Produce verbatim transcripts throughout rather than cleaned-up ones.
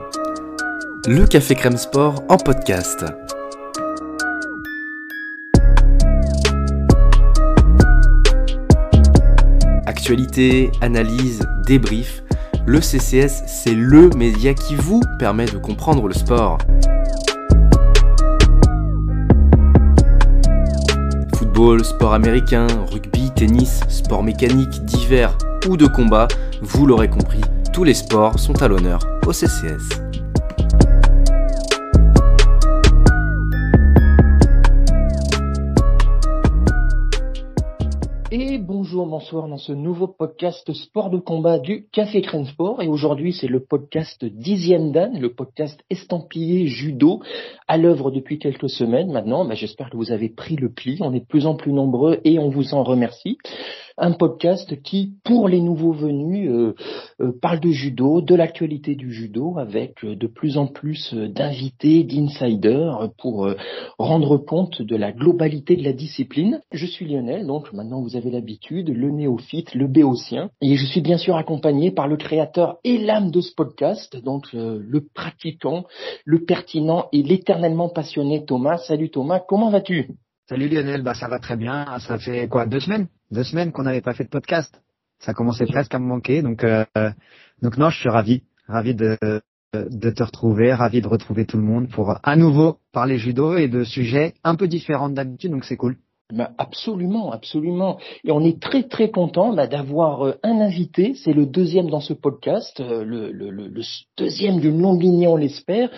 Le Café Crème Sport en podcast. Actualité, analyse, débrief, le C C S, c'est le média qui vous permet de comprendre le sport. Football, sport américain, rugby, tennis, sport mécanique, divers ou de combat, vous l'aurez compris, tous les sports sont à l'honneur au C C S. Et bonjour, bonsoir dans ce nouveau podcast sport de combat du Café Crème Sport. Et aujourd'hui, c'est le podcast dixième dan, le podcast estampillé judo, à l'œuvre depuis quelques semaines maintenant. Ben, j'espère que vous avez pris le pli. On est de plus en plus nombreux et on vous en remercie. Un podcast qui, pour les nouveaux venus, euh, euh, parle de judo, de l'actualité du judo, avec euh, de plus en plus euh, d'invités, d'insiders, pour euh, rendre compte de la globalité de la discipline. Je suis Lionel, donc maintenant vous avez l'habitude, le néophyte, le béotien, et je suis bien sûr accompagné par le créateur et l'âme de ce podcast, donc euh, le pratiquant, le pertinent et l'éternellement passionné Thomas. Salut Thomas, comment vas-tu ? Salut Lionel, bah ça va très bien. Ça fait quoi, deux semaines, deux semaines qu'on n'avait pas fait de podcast. Ça commençait presque à me manquer, donc euh, donc non, je suis ravi, ravi de de te retrouver, ravi de retrouver tout le monde pour à nouveau parler judo et de sujets un peu différents d'habitude, donc c'est cool. Bah absolument, absolument. Et on est très très content bah, d'avoir euh, un invité. C'est le deuxième dans ce podcast, euh, le, le, le, le deuxième d'une longue lignée, on l'espère.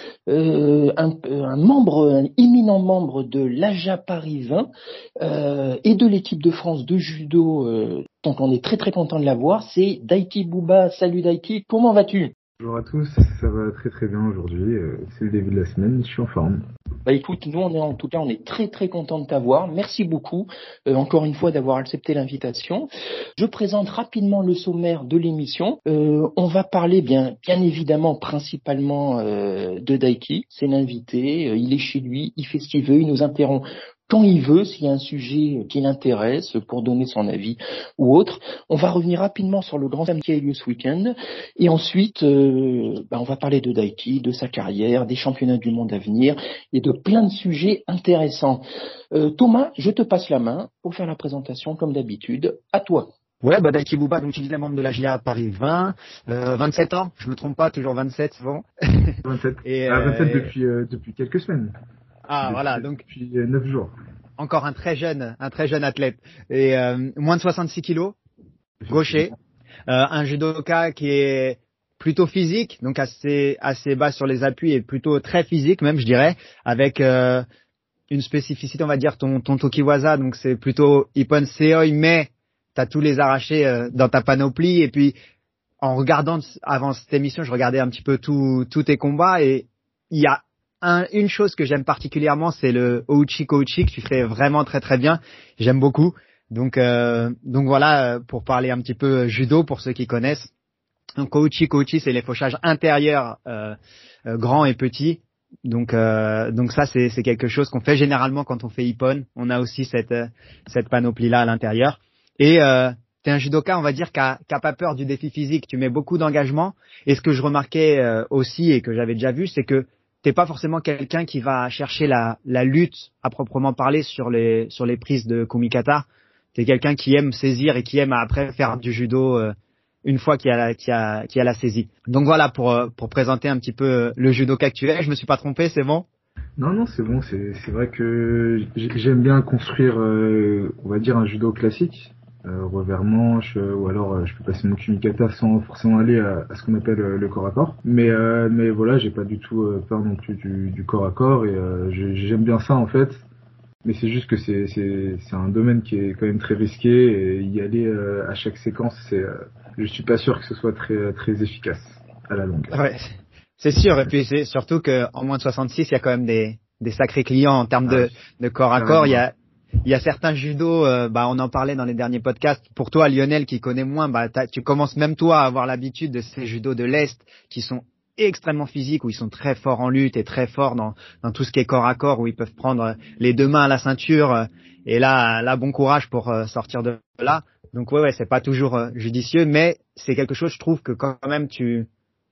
Euh, un, un membre, un éminent membre de l'A J A Paris vingt euh, et de l'équipe de France de judo. Euh, donc on est très très content de l'avoir. C'est Daiki Bouba. Salut Daiki, comment vas-tu ? Bonjour à tous, ça va très très bien aujourd'hui. Euh, c'est le début de la semaine, je suis en forme. Bah écoute, nous on est en tout cas on est très très content de t'avoir. Merci beaucoup euh, encore une fois d'avoir accepté l'invitation. Je présente rapidement le sommaire de l'émission. Euh, on va parler bien bien évidemment principalement euh, de Daiki. C'est l'invité, euh, il est chez lui, il fait ce qu'il veut, il nous interrompt quand il veut, s'il y a un sujet qui l'intéresse pour donner son avis ou autre. On va revenir rapidement sur le grand thème qui a eu lieu ce week-end. Et ensuite, euh, bah, on va parler de Daiki, de sa carrière, des championnats du monde à venir et de plein de sujets intéressants. Euh, Thomas, je te passe la main pour faire la présentation comme d'habitude. À toi. Ouais, bah Daiki Bouba, donc tu disais membre de l'A J A Paris vingt, euh, vingt-sept ans, je me trompe pas, toujours vingt-sept, c'est bon. vingt-sept. Et, ah, vingt-sept euh, depuis euh, depuis quelques semaines. Ah depuis, voilà, donc depuis euh, neuf jours. Encore un très jeune, un très jeune athlète. Et euh, moins de soixante-six kilos, gaucher, euh, un judoka qui est plutôt physique, donc assez assez bas sur les appuis et plutôt très physique même, je dirais, avec euh, une spécificité, on va dire ton ton tokiwaza, donc c'est plutôt ippon seoi, mais t'as tous les arrachés euh, dans ta panoplie. Et puis en regardant avant cette émission, je regardais un petit peu tous tous tes combats et il y a Un, une chose que j'aime particulièrement, c'est le Ouchi Kouchi que tu fais vraiment très très bien. J'aime beaucoup. Donc euh, donc voilà, pour parler un petit peu judo pour ceux qui connaissent. Donc Ouchi Kouchi, c'est les fauchages intérieurs euh, euh, grands et petits. Donc euh, donc ça c'est c'est quelque chose qu'on fait généralement quand on fait ippon. On a aussi cette euh, cette panoplie là à l'intérieur. Et euh, t'es un judoka, on va dire, qui a, qui a pas peur du défi physique. Tu mets beaucoup d'engagement. Et ce que je remarquais euh, aussi et que j'avais déjà vu, c'est que t'es pas forcément quelqu'un qui va chercher la, la lutte à proprement parler sur les sur les prises de kumikata. T'es quelqu'un qui aime saisir et qui aime après faire du judo euh, une fois qu'il y a la, qu'il y a, qu'il y a la saisie. Donc voilà pour euh, pour présenter un petit peu le judoka que tu es. Je me suis pas trompé, c'est bon ? Non non c'est bon, c'est c'est vrai que j'aime bien construire, euh, on va dire un judo classique. Euh, revers manche, euh, ou alors euh, je peux passer mon kumikata sans forcément aller à, à ce qu'on appelle euh, le corps à corps. Mais euh, mais voilà, j'ai pas du tout euh, peur non plus du, du corps à corps et euh, j'aime bien ça en fait. Mais c'est juste que c'est c'est c'est un domaine qui est quand même très risqué et y aller euh, à chaque séquence, c'est euh, je suis pas sûr que ce soit très très efficace à la longue. Ouais, c'est sûr. Et puis c'est surtout que en moins de soixante-six, il y a quand même des des sacrés clients en termes de de corps à corps. Il y a Il y a certains judos, euh, bah on en parlait dans les derniers podcasts. Pour toi, Lionel, qui connaît moins, bah tu commences même toi à avoir l'habitude de ces judos de l'Est qui sont extrêmement physiques, où ils sont très forts en lutte et très forts dans, dans tout ce qui est corps à corps, où ils peuvent prendre les deux mains à la ceinture. Et là, là bon courage pour euh, sortir de là. Donc ouais, ouais, c'est pas toujours euh, judicieux, mais c'est quelque chose, je trouve, que quand même tu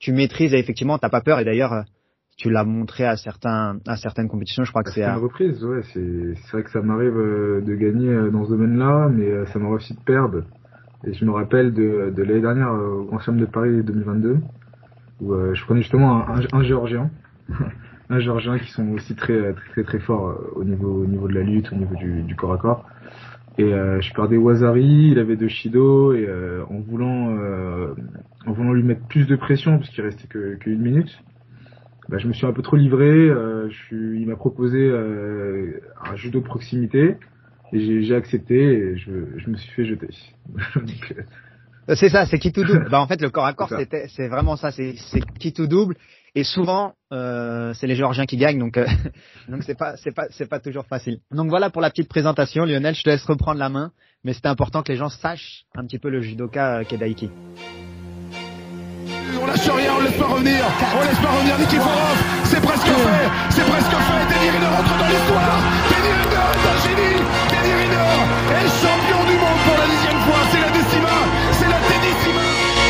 tu maîtrises et effectivement t'as pas peur. Et d'ailleurs, euh, tu l'as montré à certains, à certaines compétitions. Je crois que c'est à à... reprise, ouais. C'est, c'est vrai que ça m'arrive euh, de gagner euh, dans ce domaine-là, mais euh, ça m'arrive aussi de perdre. Et je me rappelle de, de l'année dernière euh, au Grand Chelem de Paris deux mille vingt-deux, où euh, je prenais justement un, un, un Géorgien, un Géorgien qui sont aussi très très très très forts euh, au niveau au niveau de la lutte, au niveau du, du corps à corps. Et euh, je perdais Wazari, il avait de Shido, et euh, en voulant euh, en voulant lui mettre plus de pression parce qu'il restait que qu'une minute, bah, je me suis un peu trop livré. Euh, je suis, il m'a proposé euh, un judo de proximité et j'ai, j'ai accepté et je, je me suis fait jeter. Donc, euh, C'est ça, c'est qui tout double. Bah en fait le corps à corps C'est ça. c'était c'est vraiment ça, c'est c'est qui tout double et souvent euh, c'est les Géorgiens qui gagnent donc euh, donc c'est pas c'est pas c'est pas toujours facile. Donc voilà pour la petite présentation Lionel, je te laisse reprendre la main, mais c'était important que les gens sachent un petit peu le judoka euh, qu'est Daiki. On lâche rien, on laisse pas revenir, on laisse pas revenir Nikiforov, c'est presque fait, c'est presque fait, Teddy Riner rentre dans l'histoire, Teddy Riner est un génie, Teddy Riner est champion du monde pour la dixième fois, c'est la décima, c'est la Teddycima.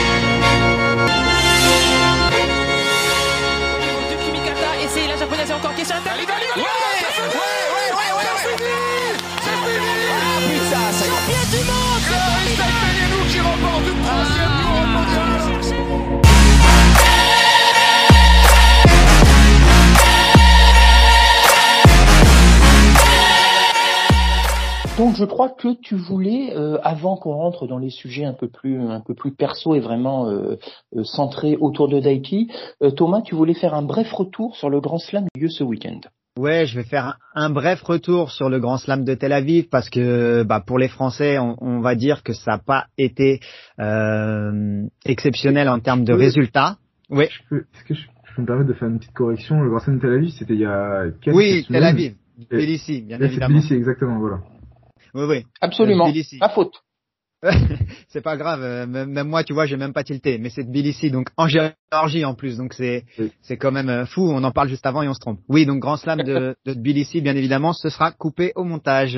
De Kimikata, et c'est la japonaise encore qui est sur la table. Ouais, ouais, ouais, ouais, ouais, ouais, c'est fini, c'est fini. Ah putain, c'est Champion du monde, c'est Clarissa Felianou qui remporte une troisième couronne mondiale. Donc je crois que tu voulais, euh, avant qu'on rentre dans les sujets un peu plus un peu plus perso et vraiment euh, euh, centrés autour de Daiki, euh, Thomas, tu voulais faire un bref retour sur le Grand Slam du lieu ce week-end. Ouais, je vais faire un, un bref retour sur le Grand Slam de Tel Aviv parce que bah, pour les Français, on, on va dire que ça n'a pas été euh, exceptionnel en termes de résultats. Oui. Je peux, est-ce que je, je peux me permettre de faire une petite correction? Le Grand Slam de Tel Aviv, c'était il y a quelques Oui, semaines. Tel Aviv, Tbilissi, bien Là, c'est évidemment. Tbilissi, exactement, voilà. Oui, oui. Absolument, Tbilissi. pas faute. C'est pas grave, euh, même, même moi, tu vois, j'ai même pas tilté, mais c'est Tbilissi, donc en Géorgie en plus, donc c'est Oui. c'est quand même euh, fou. On en parle juste avant et on se trompe. Oui, donc Grand Slam de, de Tbilissi, bien évidemment, ce sera coupé au montage.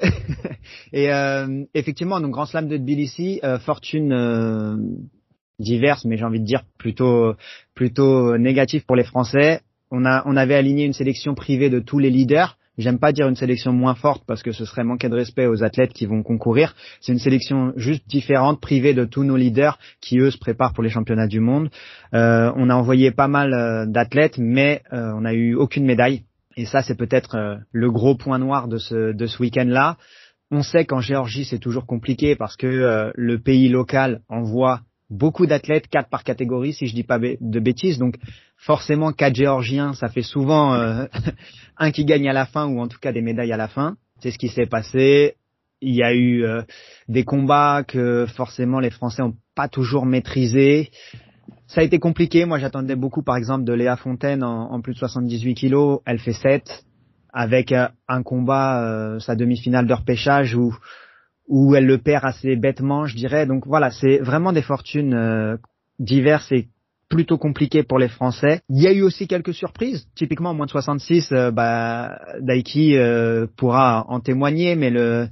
Et euh, effectivement, donc Grand Slam de Tbilissi, euh, fortune euh, diverse, mais j'ai envie de dire plutôt plutôt négative pour les Français. On a on avait aligné une sélection privée de tous les leaders. J'aime pas dire une sélection moins forte parce que ce serait manquer de respect aux athlètes qui vont concourir. C'est une sélection juste différente, privée de tous nos leaders qui, eux, se préparent pour les championnats du monde. Euh, on a envoyé pas mal euh, d'athlètes, mais euh, on n'a eu aucune médaille. Et ça, c'est peut-être euh, le gros point noir de ce, de ce week-end-là. On sait qu'en Géorgie, c'est toujours compliqué parce que euh, le pays local envoie beaucoup d'athlètes, quatre par catégorie, si je dis pas b- de bêtises. Donc, forcément, quatre Géorgiens, ça fait souvent euh, un qui gagne à la fin ou en tout cas des médailles à la fin. C'est ce qui s'est passé. Il y a eu euh, des combats que forcément les Français n'ont pas toujours maîtrisés. Ça a été compliqué. Moi, j'attendais beaucoup, par exemple, de Léa Fontaine en, en plus de soixante-dix-huit kilos. Elle fait sept avec euh, un combat, euh, sa demi-finale de repêchage où où elle le perd assez bêtement, je dirais. Donc voilà, c'est vraiment des fortunes euh, diverses et plutôt compliquées pour les Français. Il y a eu aussi quelques surprises. Typiquement, en moins de soixante-six, euh, bah, Daiki euh, pourra en témoigner, mais le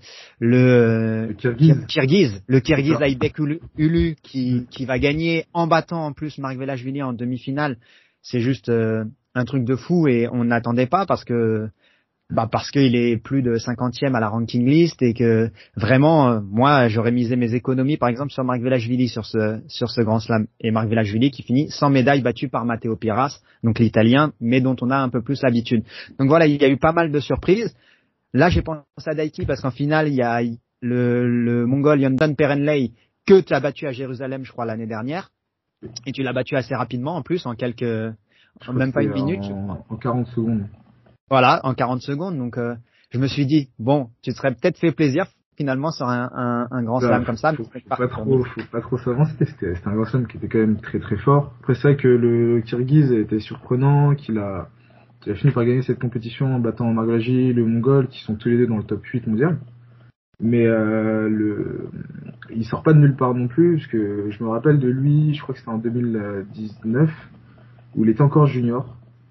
le, Le Kirghiz. Kirghiz, le Kirghiz C'est ça. Aybek Ulu, Ulu qui, qui va gagner en battant en plus Marc Velashvili en demi-finale, c'est juste euh, un truc de fou et on n'attendait pas parce que bah parce qu'il est plus de cinquantième à la ranking list et que vraiment euh, moi j'aurais misé mes économies par exemple sur Marc Velashvili sur ce sur ce grand slam et Marc Velashvili qui finit sans médaille battu par Matteo Piras donc l'italien mais dont on a un peu plus l'habitude. Donc voilà, il y a eu pas mal de surprises. Là j'ai pensé à Daiki parce qu'en finale il y a le le Mongol Yondan Perenley que tu as battu à Jérusalem je crois l'année dernière et tu l'as battu assez rapidement en plus en quelques Je crois même que pas c'est une minute. En, en quarante secondes. Voilà, en quarante secondes. Donc, euh, je me suis dit, bon, tu te serais peut-être fait plaisir finalement sur un, un, un grand slam Bah, comme ça. Faut, mais faut pas trop, faut pas trop s'avancer. C'était, c'était un grand slam qui était quand même très très fort. Après, c'est vrai que le Kirghiz était surprenant, qu'il a, qu'il a fini par gagner cette compétition en battant Marglaji, le Mongol, qui sont tous les deux dans le top huit mondial. Mais euh, le, il sort pas de nulle part non plus, parce que je me rappelle de lui, je crois que c'était en deux mille dix-neuf, où il était encore junior.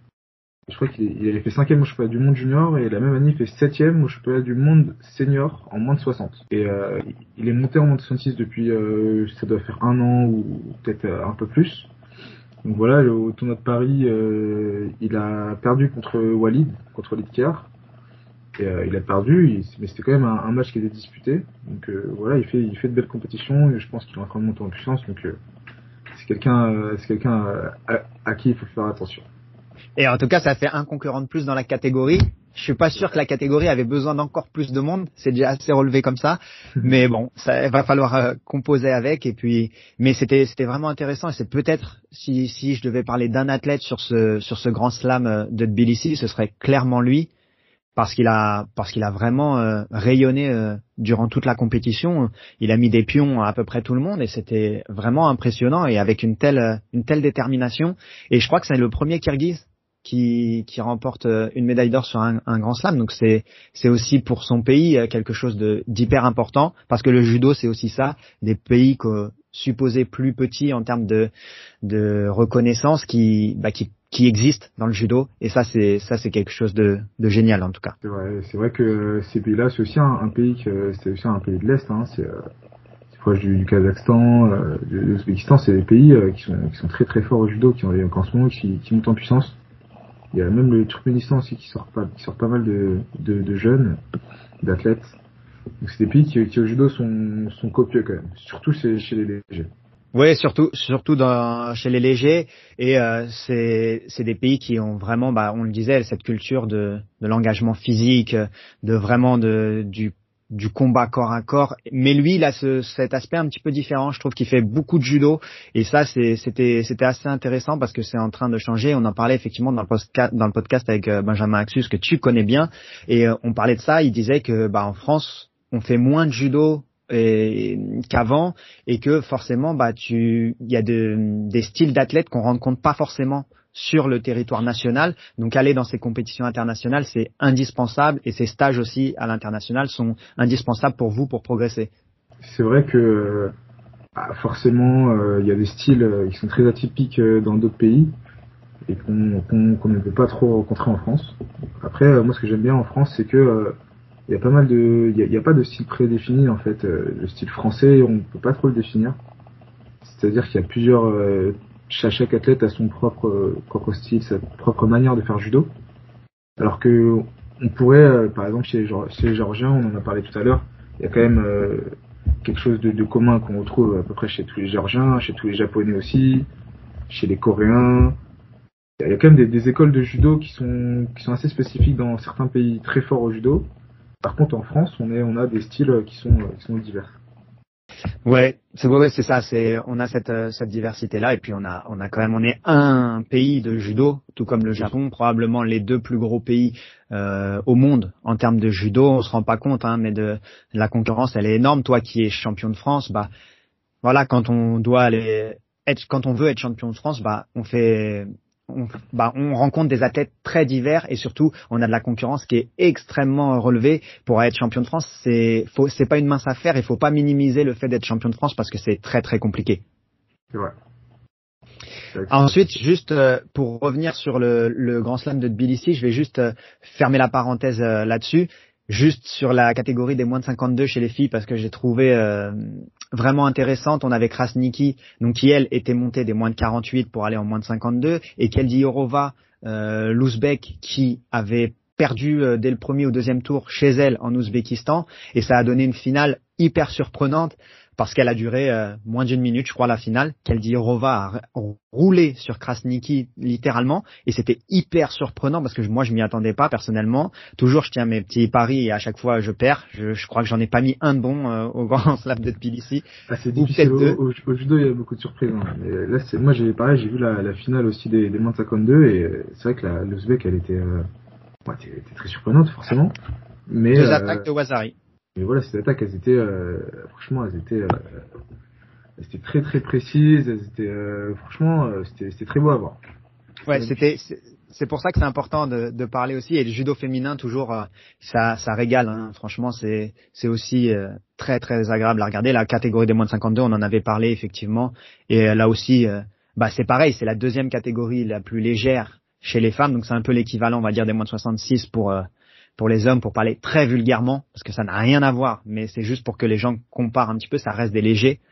Je crois qu'il il avait fait cinquième au championnat du monde junior et la même année il fait septième au championnat du monde senior en moins de soixante. Et euh, il est monté en moins de soixante-six depuis, euh, ça doit faire un an ou peut-être un peu plus. Donc voilà, le, au tournoi de Paris, euh, il a perdu contre Walid, contre Walid Kiar. Et, euh, il a perdu, il, mais c'était quand même un, un match qui était disputé. Donc euh, voilà, il fait, il fait de belles compétitions et je pense qu'il est en train de monter en puissance. Donc euh, c'est quelqu'un, euh, c'est quelqu'un euh, à, à qui il faut faire attention. Et en tout cas, ça fait un concurrent de plus dans la catégorie. Je suis pas sûr que la catégorie avait besoin d'encore plus de monde. C'est déjà assez relevé comme ça. Mais bon, ça va falloir euh, composer avec. Et puis, mais c'était, c'était vraiment intéressant. Et c'est peut-être, si, si je devais parler d'un athlète sur ce, sur ce grand slam de Tbilissi, ce serait clairement lui. Parce qu'il a, parce qu'il a vraiment euh, rayonné euh, durant toute la compétition. Il a mis des pions à, à peu près tout le monde et c'était vraiment impressionnant et avec une telle, une telle détermination. Et je crois que c'est le premier Kirghiz qui, qui remporte une médaille d'or sur un, un grand slam. Donc c'est, c'est aussi pour son pays quelque chose de d'hyper important parce que le judo c'est aussi ça, des pays que, supposés plus petits en termes de, de reconnaissance qui, bah, qui qui existent dans le judo et ça c'est ça c'est quelque chose de, de génial en tout cas. C'est vrai, c'est vrai que ces pays-là c'est aussi un, un pays que c'est aussi un pays de l'est, hein, c'est, euh, c'est proche du, du Kazakhstan, euh, de l'Ouzbékistan, c'est des pays euh, qui sont qui sont très très forts au judo, qui ont en ce moment qui, qui montent en puissance. Il y a même le Turkménistan aussi qui sort pas qui sort pas mal de de, de jeunes, d'athlètes. Donc c'est des pays qui, qui au judo sont sont copieux quand même, surtout chez, chez les légers. Oui, surtout, surtout dans, chez les légers. Et euh, c'est, c'est des pays qui ont vraiment, bah, on le disait, cette culture de, de l'engagement physique, de vraiment de, du, du combat corps à corps. Mais lui, il a ce, cet aspect un petit peu différent. Je trouve qu'il fait beaucoup de judo. Et ça, c'est, c'était, c'était assez intéressant parce que c'est en train de changer. On en parlait effectivement dans le podcast, dans le podcast avec Benjamin Axus que tu connais bien. Et euh, on parlait de ça. Il disait que, bah, en France, on fait moins de judo et qu'avant et que forcément bah tu il y a de, des styles d'athlètes qu'on rencontre pas forcément sur le territoire national, donc aller dans ces compétitions internationales c'est indispensable et ces stages aussi à l'international sont indispensables pour vous pour progresser. C'est vrai que bah, forcément il euh, y a des styles euh, qui sont très atypiques euh, dans d'autres pays et qu'on, qu'on, qu'on ne peut pas trop rencontrer en France. Après euh, moi ce que j'aime bien en France c'est que euh, il y a pas mal de, il y a, y a pas de style prédéfini en fait. Euh, le style français, on peut pas trop le définir. C'est-à-dire qu'il y a plusieurs, euh, chaque, chaque athlète a son propre, euh, propre style, sa propre manière de faire judo. Alors que on pourrait, euh, par exemple chez les, chez les Géorgiens, on en a parlé tout à l'heure, il y a quand même euh, quelque chose de, de commun qu'on retrouve à peu près chez tous les Géorgiens, chez tous les Japonais aussi, chez les Coréens. Il y a quand même des, des écoles de judo qui sont, qui sont assez spécifiques dans certains pays très forts au judo. Par contre, en France, on est, on a des styles qui sont, qui sont divers. Ouais, c'est vrai, c'est ça. C'est, on a cette, cette diversité-là, et puis on a, on a quand même, on est un pays de judo, tout comme le Japon, probablement les deux plus gros pays euh, au monde en termes de judo. On se rend pas compte, hein, mais de la concurrence, elle est énorme. Toi, qui es champion de France, bah, voilà, quand on doit aller être, quand on veut être champion de France, bah, on fait. On, bah, on rencontre des athlètes très divers et surtout on a de la concurrence qui est extrêmement relevée. Pour être champion de France, c'est faut, c'est pas une mince affaire. Il faut pas minimiser le fait d'être champion de France parce que c'est très très compliqué. C'est vrai. Ensuite, juste euh, pour revenir sur le, le Grand Slam de Tbilissi, je vais juste euh, fermer la parenthèse euh, là-dessus. Juste sur la catégorie des moins de cinquante-deux chez les filles parce que j'ai trouvé euh, vraiment intéressante. On avait Krasniki, donc qui elle était montée des moins de quarante-huit pour aller en moins de cinquante-deux, et Keldi Yorova, euh, l'Ouzbek, qui avait perdu euh, dès le premier ou deuxième tour chez elle en Ouzbékistan, et ça a donné une finale hyper surprenante parce qu'elle a duré euh, moins d'une minute, je crois, la finale. Keldi Yorova a roulé sur Krasniki littéralement, et c'était hyper surprenant parce que moi je m'y attendais pas personnellement. Toujours je tiens mes petits paris et à chaque fois je perds. Je, je crois que j'en ai pas mis un de bon euh, au Grand Slam de Tbilissi. Ah, c'est difficile. Au, au, au judo il y a beaucoup de surprises. Hein. Mais là c'est moi j'ai pareil, j'ai vu la, la finale aussi des, des moins de cinquante-deux et c'est vrai que la l'Ouzbek elle était, euh, ouais, était, était très surprenante forcément. Mais deux euh, attaques de Wazari. Mais voilà, ces attaques, elles étaient, euh, franchement, elles étaient, euh, elles étaient très très précises. Elles étaient, euh, franchement, euh, c'était, c'était très beau à voir. Ouais, c'était, c'est, c'est pour ça que c'est important de, de parler aussi. Et le judo féminin, toujours, euh, ça, ça régale. Hein. Franchement, c'est, c'est aussi euh, très très agréable à regarder. La catégorie des moins de cinquante-deux, on en avait parlé effectivement. Et euh, là aussi, euh, bah c'est pareil, c'est la deuxième catégorie la plus légère chez les femmes. Donc c'est un peu l'équivalent, on va dire, des moins de soixante-six pour euh, pour les hommes, pour parler très vulgairement, parce que ça n'a rien à voir, mais c'est juste pour que les gens comparent un petit peu, ça reste des légers.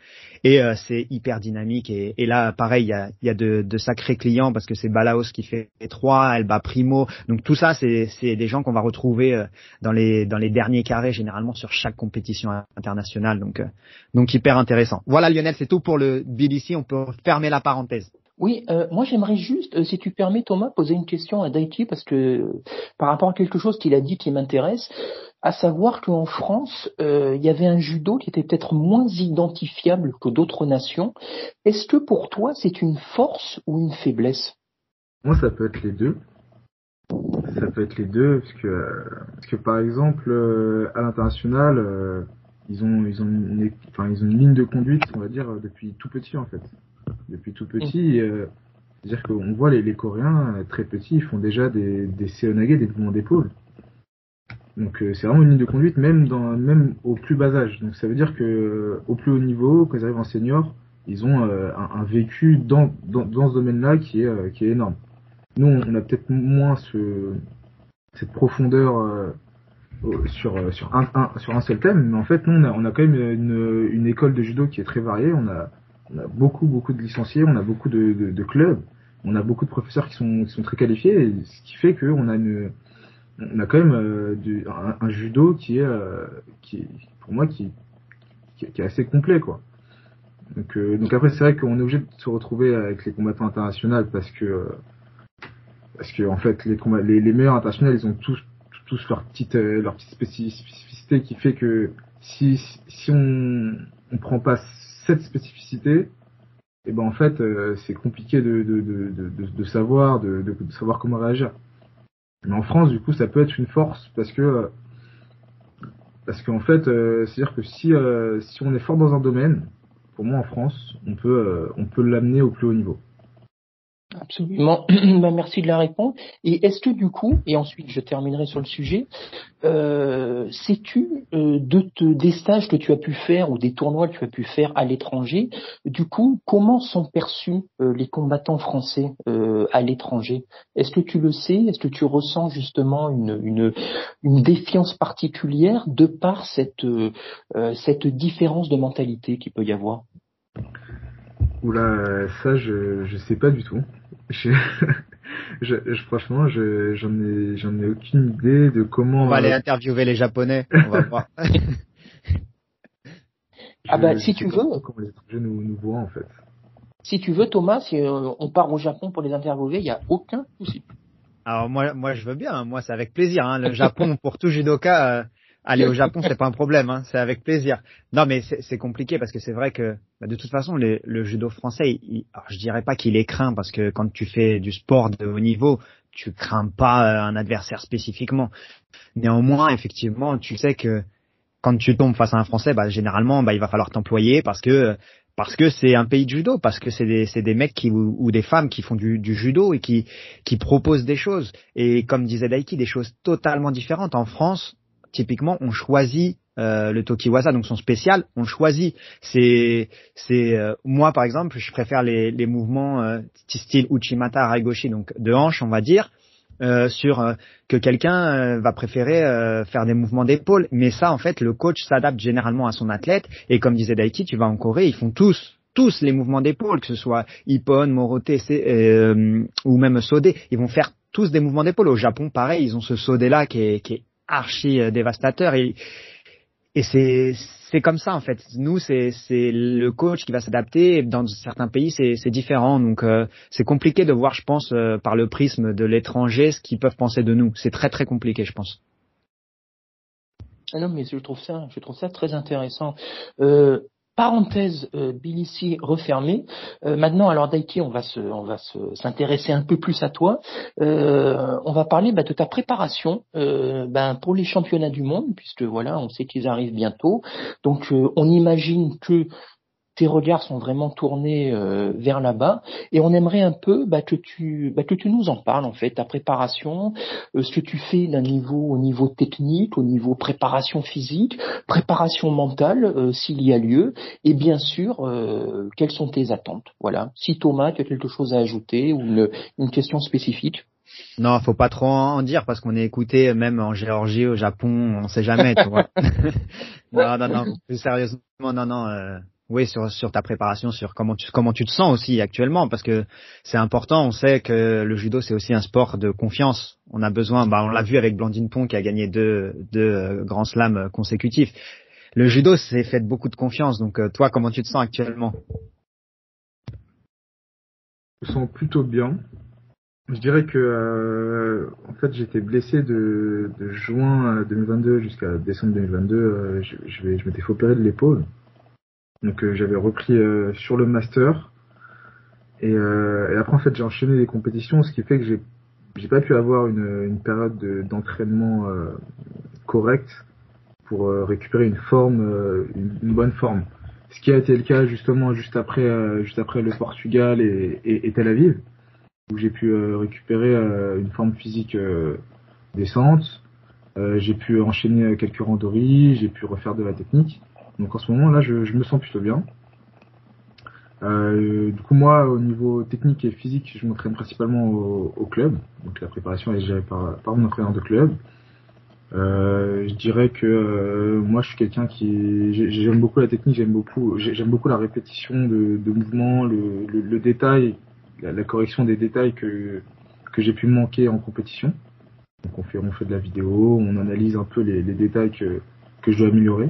et euh, c'est hyper dynamique. Et, et là, pareil, il y a, il y a de, de sacrés clients parce que c'est Balaos qui fait trois, elle bat Primo. Donc tout ça, c'est, c'est des gens qu'on va retrouver euh, dans les dans les derniers carrés généralement sur chaque compétition internationale. Donc euh, donc hyper intéressant. Voilà Lionel, c'est tout pour le B D C. On peut fermer la parenthèse. Oui, euh, moi j'aimerais juste, euh, si tu permets Thomas, poser une question à Daiki parce que euh, par rapport à quelque chose qu'il a dit qui m'intéresse, à savoir qu'en France, euh, il y avait un judo qui était peut-être moins identifiable que d'autres nations. Est-ce que pour toi c'est une force ou une faiblesse? Moi, ça peut être les deux. Ça peut être les deux, parce que, euh, parce que par exemple, euh, à l'international, euh, ils ont, ils ont, une, enfin, ils ont une ligne de conduite, on va dire, depuis tout petit en fait. Depuis tout petit, euh, c'est-à-dire qu'on voit les, les Coréens euh, très petits, ils font déjà des, des seonage, des mouvements d'épaule. Donc euh, c'est vraiment une ligne de conduite, même dans, même au plus bas âge. Donc ça veut dire que euh, au plus haut niveau, quand ils arrivent en senior, ils ont euh, un, un vécu dans, dans, dans ce domaine-là qui est, euh, qui est énorme. Nous, on a peut-être moins ce, cette profondeur euh, sur, sur, un, un, sur un seul thème, mais en fait, nous, on a, on a quand même une, une école de judo qui est très variée. On a, on a beaucoup, beaucoup de licenciés, on a beaucoup de, de, de clubs, on a beaucoup de professeurs qui sont, qui sont très qualifiés, et ce qui fait qu'on a une, on a quand même euh, du, un, un judo qui est, euh, qui est, pour moi, qui, qui, qui est assez complet, quoi. Donc, euh, donc après, c'est vrai qu'on est obligé de se retrouver avec les combattants internationaux parce que euh, Parce que en fait, les, les, les meilleurs internationaux, ils ont tous, tous leur petite, euh, leur petite spécificité qui fait que si, si on, on prend pas cette spécificité, et ben en fait, euh, c'est compliqué de, de, de, de, de savoir, de, de, de savoir comment réagir. Mais en France, du coup, ça peut être une force parce que, parce qu'en fait, euh, c'est-à-dire que si, euh, si on est fort dans un domaine, pour moi en France, on peut, euh, on peut l'amener au plus haut niveau. Absolument. Ben, merci de la réponse. Et est-ce que du coup, et ensuite je terminerai sur le sujet, euh, sais-tu euh, de te, des stages que tu as pu faire ou des tournois que tu as pu faire à l'étranger, du coup, comment sont perçus euh, les combattants français euh, à l'étranger? Est-ce que tu le sais? Est-ce que tu ressens justement une, une, une défiance particulière de par cette, euh, cette différence de mentalité qu'il peut y avoir? Oula, ça je je sais pas du tout. Je, je, je franchement, je j'en ai j'en ai aucune idée de comment. On va aller interviewer les Japonais. On va voir. Ah bah si tu veux. Comment les étrangers nous nous voient en fait. Si tu veux Thomas, si euh, on part au Japon pour les interviewer, il y a aucun souci. Alors moi moi je veux bien. Hein. Moi c'est avec plaisir. Hein. Le Japon pour tout judoka. Euh... Aller au Japon, c'est pas un problème, hein, c'est avec plaisir. Non, mais c'est, c'est compliqué parce que c'est vrai que bah, de toute façon, les, le judo français, il, alors, je dirais pas qu'il est craint parce que quand tu fais du sport de haut niveau, tu crains pas un adversaire spécifiquement. Néanmoins, effectivement, tu sais que quand tu tombes face à un Français, bah, généralement, bah, il va falloir t'employer parce que parce que c'est un pays de judo, parce que c'est des c'est des mecs qui ou, ou des femmes qui font du, du judo et qui qui proposent des choses et comme disait Daiki, des choses totalement différentes. En France, typiquement, on choisit euh, le Tokiwaza, donc son spécial, on le choisit. C'est, c'est euh, moi par exemple, je préfère les, les mouvements euh, style Uchimata Raigoshi, donc de hanche, on va dire, euh, sur euh, que quelqu'un euh, va préférer euh, faire des mouvements d'épaule. Mais ça, en fait, le coach s'adapte généralement à son athlète. Et comme disait Daiki, tu vas en Corée, ils font tous. tous les mouvements d'épaule, que ce soit Ippon, Morote euh, ou même Sodé, ils vont faire tous des mouvements d'épaule. Au Japon, pareil, ils ont ce Sodé-là qui est, qui est archi dévastateur et, et c'est, c'est comme ça en fait. Nous, c'est, c'est le coach qui va s'adapter. Dans certains pays, c'est, c'est différent. Donc, euh, c'est compliqué de voir, je pense, euh, par le prisme de l'étranger, ce qu'ils peuvent penser de nous. C'est très très compliqué, je pense. Ah non, mais je trouve ça, je trouve ça très intéressant. Euh, Parenthèse euh, B D C refermée. Euh, maintenant, alors Daiki, on va se, on va se, s'intéresser un peu plus à toi. Euh, on va parler bah, de ta préparation euh, bah, pour les championnats du monde, puisque voilà, on sait qu'ils arrivent bientôt. Donc, euh, on imagine que tes regards sont vraiment tournés euh, vers là-bas et on aimerait un peu bah, que tu bah, que tu nous en parles en fait, ta préparation, euh, ce que tu fais d'un niveau au niveau technique, au niveau préparation physique, préparation mentale euh, s'il y a lieu et bien sûr euh, quelles sont tes attentes. Voilà. Si Thomas, tu as quelque chose à ajouter ou une, une question spécifique. Non, faut pas trop en dire parce qu'on est écouté même en Géorgie, au Japon, on sait jamais, tu vois. non, non, non, plus sérieusement, non, non. Euh... oui, sur sur ta préparation, sur comment tu comment tu te sens aussi actuellement, parce que c'est important. On sait que le judo c'est aussi un sport de confiance. On a besoin, bah on l'a vu avec Blandine Pont qui a gagné deux deux grands slams consécutifs. Le judo c'est fait de beaucoup de confiance. Donc euh, toi, comment tu te sens actuellement? Je me sens plutôt bien. Je dirais que euh, en fait j'étais blessé de, de juin deux mille vingt-deux jusqu'à décembre deux mille vingt-deux. Euh, je, je, vais, je m'étais fait opérer de l'épaule. Donc euh, j'avais repris euh, sur le master et, euh, et après en fait j'ai enchaîné les compétitions, ce qui fait que j'ai j'ai pas pu avoir une, une période de, d'entraînement euh, correcte pour euh, récupérer une forme, euh, une, une bonne forme. Ce qui a été le cas justement juste après euh, juste après le Portugal et, et, et Tel Aviv, où j'ai pu euh, récupérer euh, une forme physique euh, décente. Euh, j'ai pu enchaîner quelques randonnées, j'ai pu refaire de la technique. Donc en ce moment là je, je me sens plutôt bien. Euh, du coup moi au niveau technique et physique je m'entraîne principalement au, au club. Donc la préparation est gérée par, par mon entraîneur de club. Euh, je dirais que euh, moi je suis quelqu'un qui j'aime beaucoup la technique, j'aime beaucoup j'aime beaucoup la répétition de, de mouvements, le, le, le détail, la, la correction des détails que que j'ai pu manquer en compétition. Donc on fait on fait de la vidéo, on analyse un peu les, les détails que que je dois améliorer.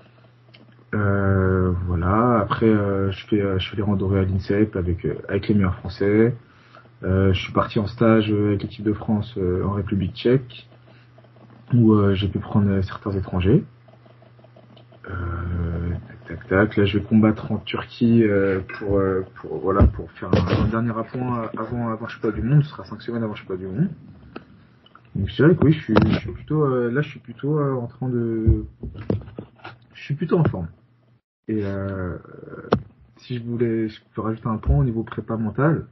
Euh, voilà. Après, euh, je fais, je fais les randonnées à l'INSEP avec euh, avec les meilleurs Français. Euh, je suis parti en stage avec l'équipe de France euh, en République Tchèque, où euh, j'ai pu prendre certains étrangers. Euh, tac, tac, tac. Là, je vais combattre en Turquie euh, pour, euh, pour voilà pour faire un, un dernier appoint avant avant le championnat du monde. Ce sera cinq semaines avant le championnat du monde. Donc je dirais que oui, je suis, je suis plutôt euh, là, je suis plutôt euh, en train de, je suis plutôt en forme. Et euh, si je voulais, je peux rajouter un point au niveau prépa mental.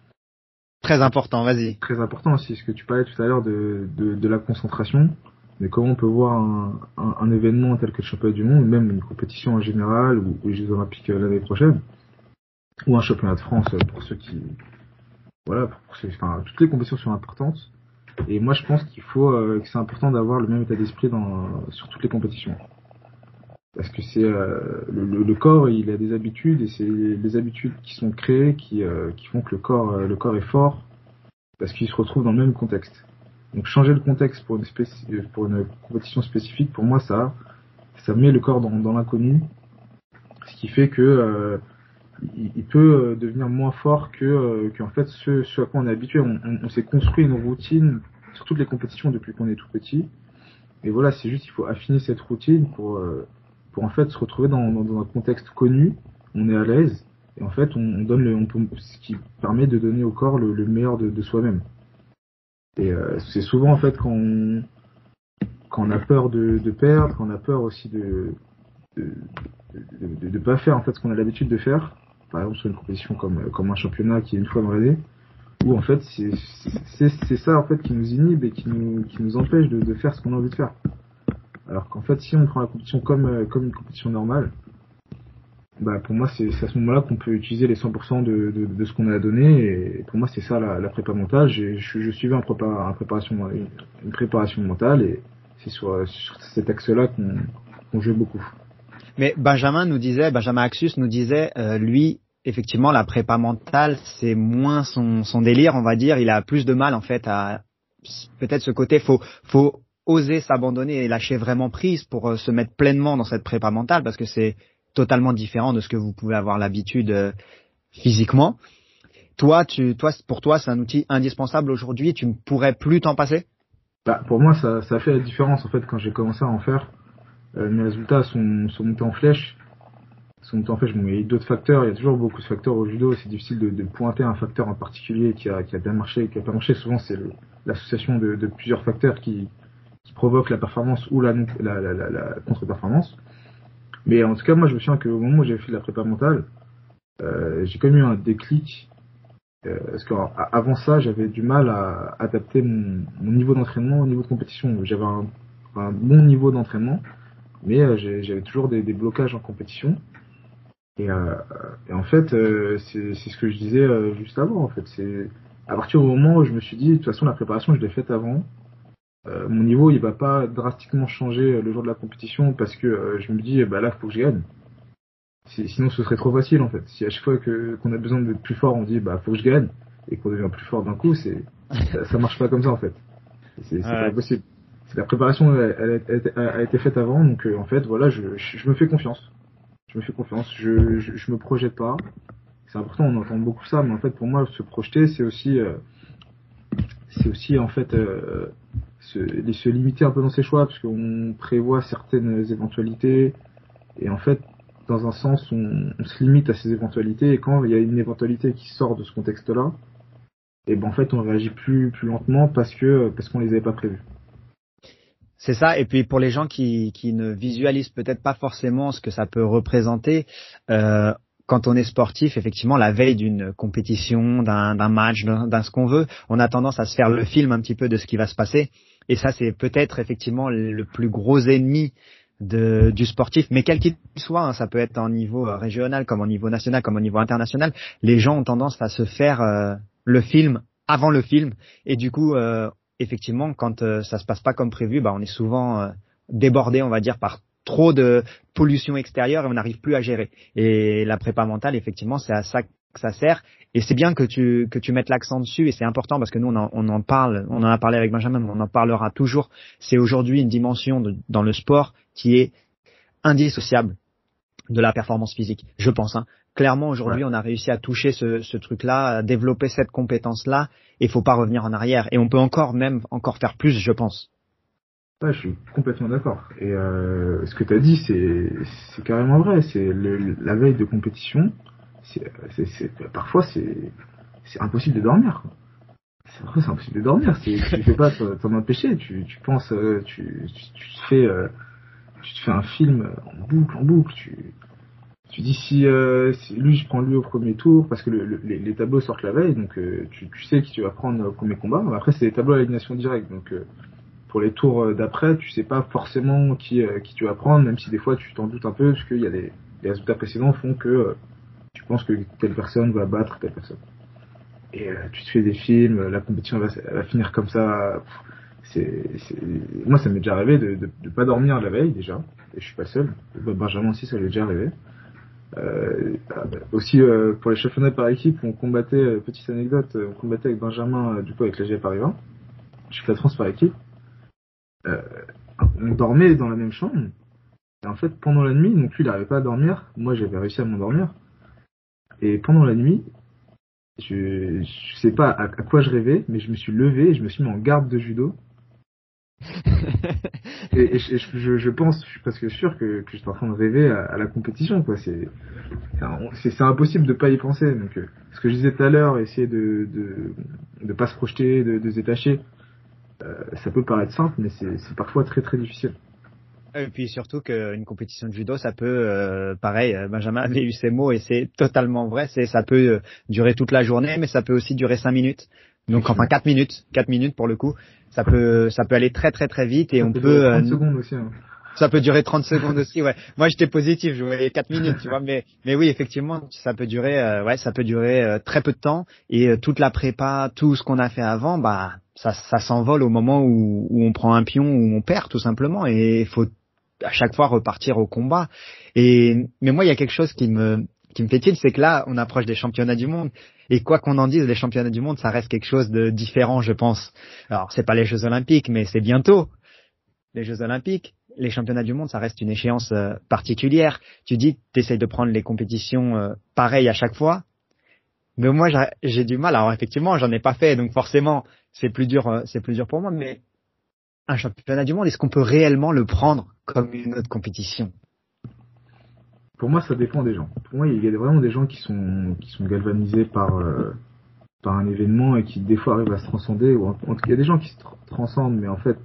Très important, vas-y. Très important aussi, ce que tu parlais tout à l'heure de, de, de la concentration. Mais comment on peut voir un, un, un événement tel que le championnat du monde, ou même une compétition en général, ou, ou les Jeux Olympiques l'année prochaine, ou un championnat de France pour ceux qui, voilà, pour ceux, enfin, toutes les compétitions sont importantes. Et moi, je pense qu'il faut, euh, que c'est important d'avoir le même état d'esprit dans, sur toutes les compétitions. Parce que c'est euh, le, le, le corps, il a des habitudes et c'est les habitudes qui sont créées qui, euh, qui font que le corps, euh, le corps est fort parce qu'il se retrouve dans le même contexte. Donc changer le contexte pour une, spéci- pour une compétition spécifique, pour moi, ça, ça met le corps dans, dans l'inconnu, ce qui fait que euh, il, il peut devenir moins fort que euh, qu'en fait ce, ce à quoi on est habitué. On, on, on s'est construit une routine sur toutes les compétitions depuis qu'on est tout petit. Et voilà, c'est juste il faut affiner cette routine pour euh, pour en fait se retrouver dans, dans, dans un contexte connu, on est à l'aise, et en fait on, on donne le, on peut, ce qui permet de donner au corps le, le meilleur de, de soi-même. Et euh, c'est souvent en fait quand on, quand on a peur de, de perdre, quand on a peur aussi de de, de, de, de pas faire en fait ce qu'on a l'habitude de faire, par exemple sur une compétition comme, comme un championnat qui est une fois dans l'année, où en fait c'est, c'est, c'est ça en fait qui nous inhibe et qui nous, qui nous empêche de, de faire ce qu'on a envie de faire. Alors qu'en fait, si on prend la compétition comme euh, comme une compétition normale, bah pour moi c'est, c'est à ce moment-là qu'on peut utiliser les cent pour cent de, de, de ce qu'on a donné. Et pour moi c'est ça la, la prépa mentale. J'ai, je, je suivais un prépa, un préparation, une, une préparation mentale et c'est sur, sur cet axe-là qu'on, qu'on joue beaucoup. Mais Benjamin nous disait, Benjamin Axus nous disait, euh, lui, effectivement, la prépa mentale, c'est moins son, son délire, on va dire. Il a plus de mal en fait à peut-être ce côté. Faut faut oser s'abandonner et lâcher vraiment prise pour euh, se mettre pleinement dans cette prépa mentale parce que c'est totalement différent de ce que vous pouvez avoir l'habitude euh, physiquement. Toi, tu, toi, pour toi, c'est un outil indispensable aujourd'hui. Tu ne pourrais plus t'en passer? Bah, pour moi, ça, ça a fait la différence en fait quand j'ai commencé à en faire. Euh, mes résultats sont, sont montés en flèche. Sont montés en flèche. Bon, il y a eu d'autres facteurs. Il y a toujours beaucoup de facteurs au judo. C'est difficile de, de pointer un facteur en particulier qui a, qui a bien marché et qui a pas marché. Souvent, c'est le, l'association de, de plusieurs facteurs qui qui provoque la performance ou la, la, la, la, la contre-performance. Mais en tout cas, moi, je me souviens qu'au moment où j'ai fait de la prépa mentale, euh, j'ai quand même eu un déclic. Euh, parce qu'avant ça, j'avais du mal à adapter mon, mon niveau d'entraînement au niveau de compétition. J'avais un, un bon niveau d'entraînement, mais euh, j'avais toujours des, des blocages en compétition. Et, euh, et en fait, euh, c'est, c'est ce que je disais euh, juste avant. En fait, c'est à partir du moment où je me suis dit, de toute façon, la préparation, je l'ai faite avant. Euh, mon niveau il va pas drastiquement changer le jour de la compétition parce que euh, je me dis bah là faut que je gagne. Si, sinon, ce serait trop facile en fait. Si à chaque fois que qu'on a besoin d'être plus fort, on dit bah faut que je gagne et qu'on devient plus fort d'un coup, c'est ça, ça marche pas comme ça en fait. C'est, c'est Ouais. pas possible. C'est la préparation, elle, elle, elle, elle a été faite avant, donc euh, en fait voilà, je, je, je me fais confiance. Je me fais confiance. Je, je, je me projette pas. C'est important, on entend beaucoup ça, mais en fait pour moi se projeter, c'est aussi euh, c'est aussi en fait euh, se, se limiter un peu dans ses choix, parce qu'on prévoit certaines éventualités et en fait dans un sens on, on se limite à ces éventualités, et quand il y a une éventualité qui sort de ce contexte-là, et ben en fait on réagit plus plus lentement parce que parce qu'on les avait pas prévus. C'est ça. Et puis pour les gens qui, qui ne visualisent peut-être pas forcément ce que ça peut représenter, euh, quand on est sportif, effectivement, la veille d'une compétition, d'un, d'un match, d'un, d'un ce qu'on veut, on a tendance à se faire le film un petit peu de ce qui va se passer. Et ça, c'est peut-être effectivement le plus gros ennemi de, du sportif, mais quel qu'il soit, hein, ça peut être en niveau régional, comme au niveau national, comme au niveau international. Les gens ont tendance à se faire euh, le film avant le film, et du coup, euh, effectivement, quand euh, ça se passe pas comme prévu, bah, on est souvent euh, débordé, on va dire, par trop de pollution extérieure et on n'arrive plus à gérer. Et la prépa mentale, effectivement, c'est à ça que ça sert. Et c'est bien que tu que tu mettes l'accent dessus, et c'est important parce que nous on en, on en parle, on en a parlé avec Benjamin, mais on en parlera toujours. C'est aujourd'hui une dimension de, dans le sport qui est indissociable de la performance physique, je pense. Hein. Clairement, aujourd'hui, ouais. on a réussi à toucher ce, ce truc-là, à développer cette compétence-là, et il faut pas revenir en arrière. Et on peut encore même encore faire plus, je pense. Ouais, je suis complètement d'accord. Et euh, ce que tu as dit, c'est, c'est carrément vrai. C'est le, la veille de compétition, c'est, c'est, c'est, parfois c'est, c'est impossible de dormir. C'est, parfois c'est impossible de dormir. C'est, tu ne peux pas t'en empêcher. Tu, tu penses, tu, tu, tu te fais, euh, tu te fais un film en boucle, en boucle. Tu, tu dis si, euh, si lui, je prends lui au premier tour, parce que le, le, les, les tableaux sortent la veille, donc euh, tu, tu sais qui tu vas prendre au premier combat. Après, c'est des tableaux à élimination directe, donc euh, pour les tours d'après, tu sais pas forcément qui, euh, qui tu vas prendre, même si des fois tu t'en doutes un peu, parce qu'il y a des les résultats précédents font que euh, tu penses que telle personne va battre telle personne. Et euh, tu te fais des films, la compétition va, va finir comme ça. C'est, c'est... Moi, ça m'est déjà arrivé de, de, de pas dormir la veille déjà, et je suis pas seul. Benjamin aussi, ça lui est déjà arrivé. Euh, aussi euh, pour les championnats par équipe, on combattait, euh, petite anecdote, on combattait avec Benjamin, euh, du coup avec l'A G Paris vingt, je fais la France par équipe. Euh, on dormait dans la même chambre, et en fait pendant la nuit, donc lui il n'arrivait pas à dormir, moi j'avais réussi à m'endormir, et pendant la nuit, je, je sais pas à, à quoi je rêvais, mais je me suis levé et je me suis mis en garde de judo. et, et je, je, je pense, je suis presque sûr que, que j'étais en train de rêver à, à la compétition, quoi. C'est, c'est, c'est impossible de pas y penser. Donc, euh, ce que je disais tout à l'heure, essayer de, de, de pas se projeter, de, de se détacher, euh, ça peut paraître simple, mais c'est, c'est parfois très très difficile. Et puis surtout qu'une compétition de judo, ça peut, euh, pareil, Benjamin avait eu ces mots et c'est totalement vrai, c'est, ça peut durer toute la journée, mais ça peut aussi durer cinq minutes. Donc enfin quatre minutes, quatre minutes pour le coup, ça peut, ça peut aller très très très vite et ça on peut. peut. trente secondes aussi. Hein. Ça peut durer trente secondes aussi, ouais. Moi j'étais positif, je voyais quatre minutes, tu vois, mais mais oui effectivement, ça peut durer, euh, ouais, ça peut durer euh, très peu de temps et euh, toute la prépa, tout ce qu'on a fait avant, bah ça, ça s'envole au moment où, où on prend un pion, où on perd tout simplement et il faut à chaque fois repartir au combat. Et mais moi il y a quelque chose qui me qui me fait tilt, c'est que là on approche des championnats du monde et quoi qu'on en dise, les championnats du monde ça reste quelque chose de différent, je pense. Alors c'est pas les Jeux Olympiques, mais c'est bientôt les Jeux Olympiques. Les championnats du monde ça reste une échéance euh, particulière. Tu dis t'essayes de prendre les compétitions euh, pareilles à chaque fois, mais moi j'ai, j'ai du mal. Alors effectivement j'en ai pas fait, donc forcément c'est plus dur, euh, c'est plus dur pour moi, mais un championnat du monde, est-ce qu'on peut réellement le prendre comme une autre compétition? Pour moi, ça dépend des gens. Pour moi, il y a vraiment des gens qui sont qui sont galvanisés par euh, par un événement et qui des fois arrivent à se transcender. Ou en, en, il y a des gens qui se tr- transcendent, mais en fait,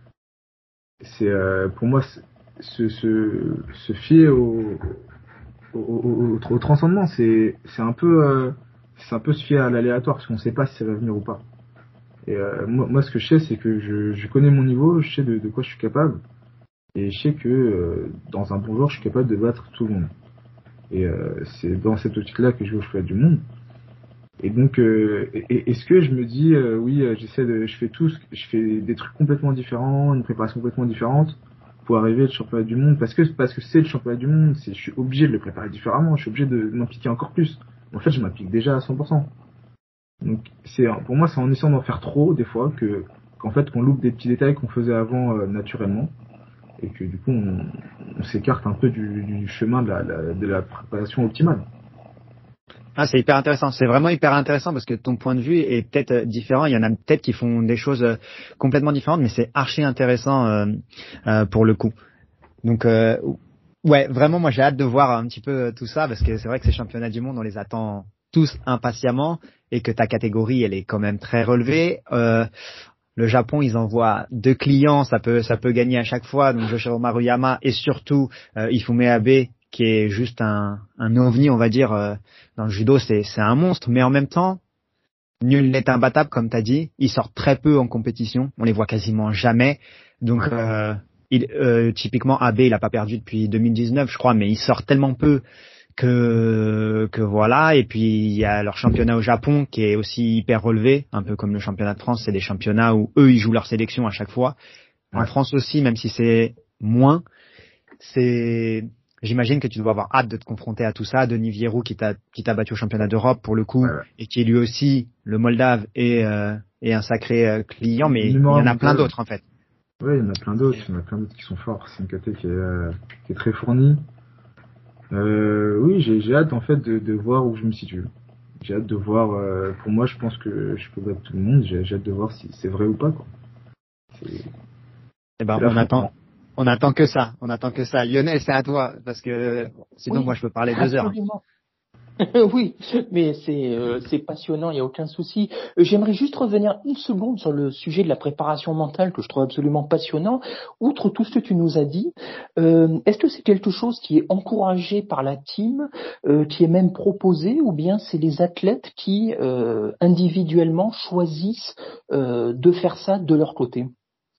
c'est euh, pour moi se se se fier au au, au, au, au transcendement, c'est c'est un peu euh, c'est un peu se fier à l'aléatoire parce qu'on ne sait pas si ça va venir ou pas. Et euh, moi, moi, ce que je sais, c'est que je, je connais mon niveau, je sais de, de quoi je suis capable, et je sais que euh, dans un bon jour, je suis capable de battre tout le monde. Et euh, c'est dans cette optique-là que je vais au championnat du monde. Et donc, euh, et, est-ce que je me dis, euh, oui, j'essaie de, je fais tout, je fais des trucs complètement différents, une préparation complètement différente. pour arriver au championnat du monde, parce que parce que c'est le championnat du monde, c'est, je suis obligé de le préparer différemment, je suis obligé de m'impliquer encore plus. En fait, je m'implique déjà à cent pour cent. Donc, c'est, pour moi, c'est en essayant d'en faire trop, des fois, que, qu'en fait, qu'on loupe des petits détails qu'on faisait avant, euh, naturellement, et que, du coup, on, on s'écarte un peu du, du chemin de la, la, de la préparation optimale. Ah, c'est hyper intéressant. C'est vraiment hyper intéressant parce que ton point de vue est peut-être différent. Il y en a peut-être qui font des choses complètement différentes, mais c'est archi intéressant euh, euh, pour le coup. Donc, euh, ouais, vraiment, moi, j'ai hâte de voir un petit peu tout ça parce que c'est vrai que ces championnats du monde, on les attend tous impatiemment et que ta catégorie, elle est quand même très relevée. Euh, le Japon, ils envoient deux clients, ça peut, ça peut gagner à chaque fois. Donc, Yoshiro Maruyama et surtout euh, Ifume Abe, qui est juste un, un ovni, on va dire, euh, dans le judo, c'est, c'est un monstre, mais en même temps, nul n'est imbattable, comme tu as dit. Ils sortent très peu en compétition, on les voit quasiment jamais. Donc, euh, il, euh, typiquement, Abe, il a pas perdu depuis deux mille dix-neuf, je crois, mais il sort tellement peu que, que voilà. Et puis, il y a leur championnat au Japon, qui est aussi hyper relevé, un peu comme le championnat de France, c'est des championnats où eux, ils jouent leur sélection à chaque fois. En Ouais. France aussi, même si c'est moins, c'est... J'imagine que tu dois avoir hâte de te confronter à tout ça. Denis Vierou qui t'a, qui t'a battu au championnat d'Europe pour le coup, ouais, ouais. Et qui est lui aussi, le Moldave, est, euh, est un sacré euh, client, mais il y en a plein d'autres en fait. Oui, il y en a plein d'autres, il y en a plein d'autres qui sont forts. C'est une caté qui est, euh, qui est très fournie. Euh, oui, j'ai, j'ai hâte en fait de, de voir où je me situe. J'ai hâte de voir, euh, pour moi je pense que je peux battre tout le monde, j'ai, j'ai hâte de voir si c'est vrai ou pas, quoi. C'est, eh ben, on attend. On attend que ça, on attend que ça. Lionel, c'est à toi, parce que sinon, oui, moi, je peux parler deux heures. Absolument. Oui, mais c'est euh, c'est passionnant, il n'y a aucun souci. Euh, j'aimerais juste revenir une seconde sur le sujet de la préparation mentale que je trouve absolument passionnant. Outre tout ce que tu nous as dit, euh, est-ce que c'est quelque chose qui est encouragé par la team, euh, qui est même proposé, ou bien c'est les athlètes qui euh, individuellement choisissent euh, de faire ça de leur côté?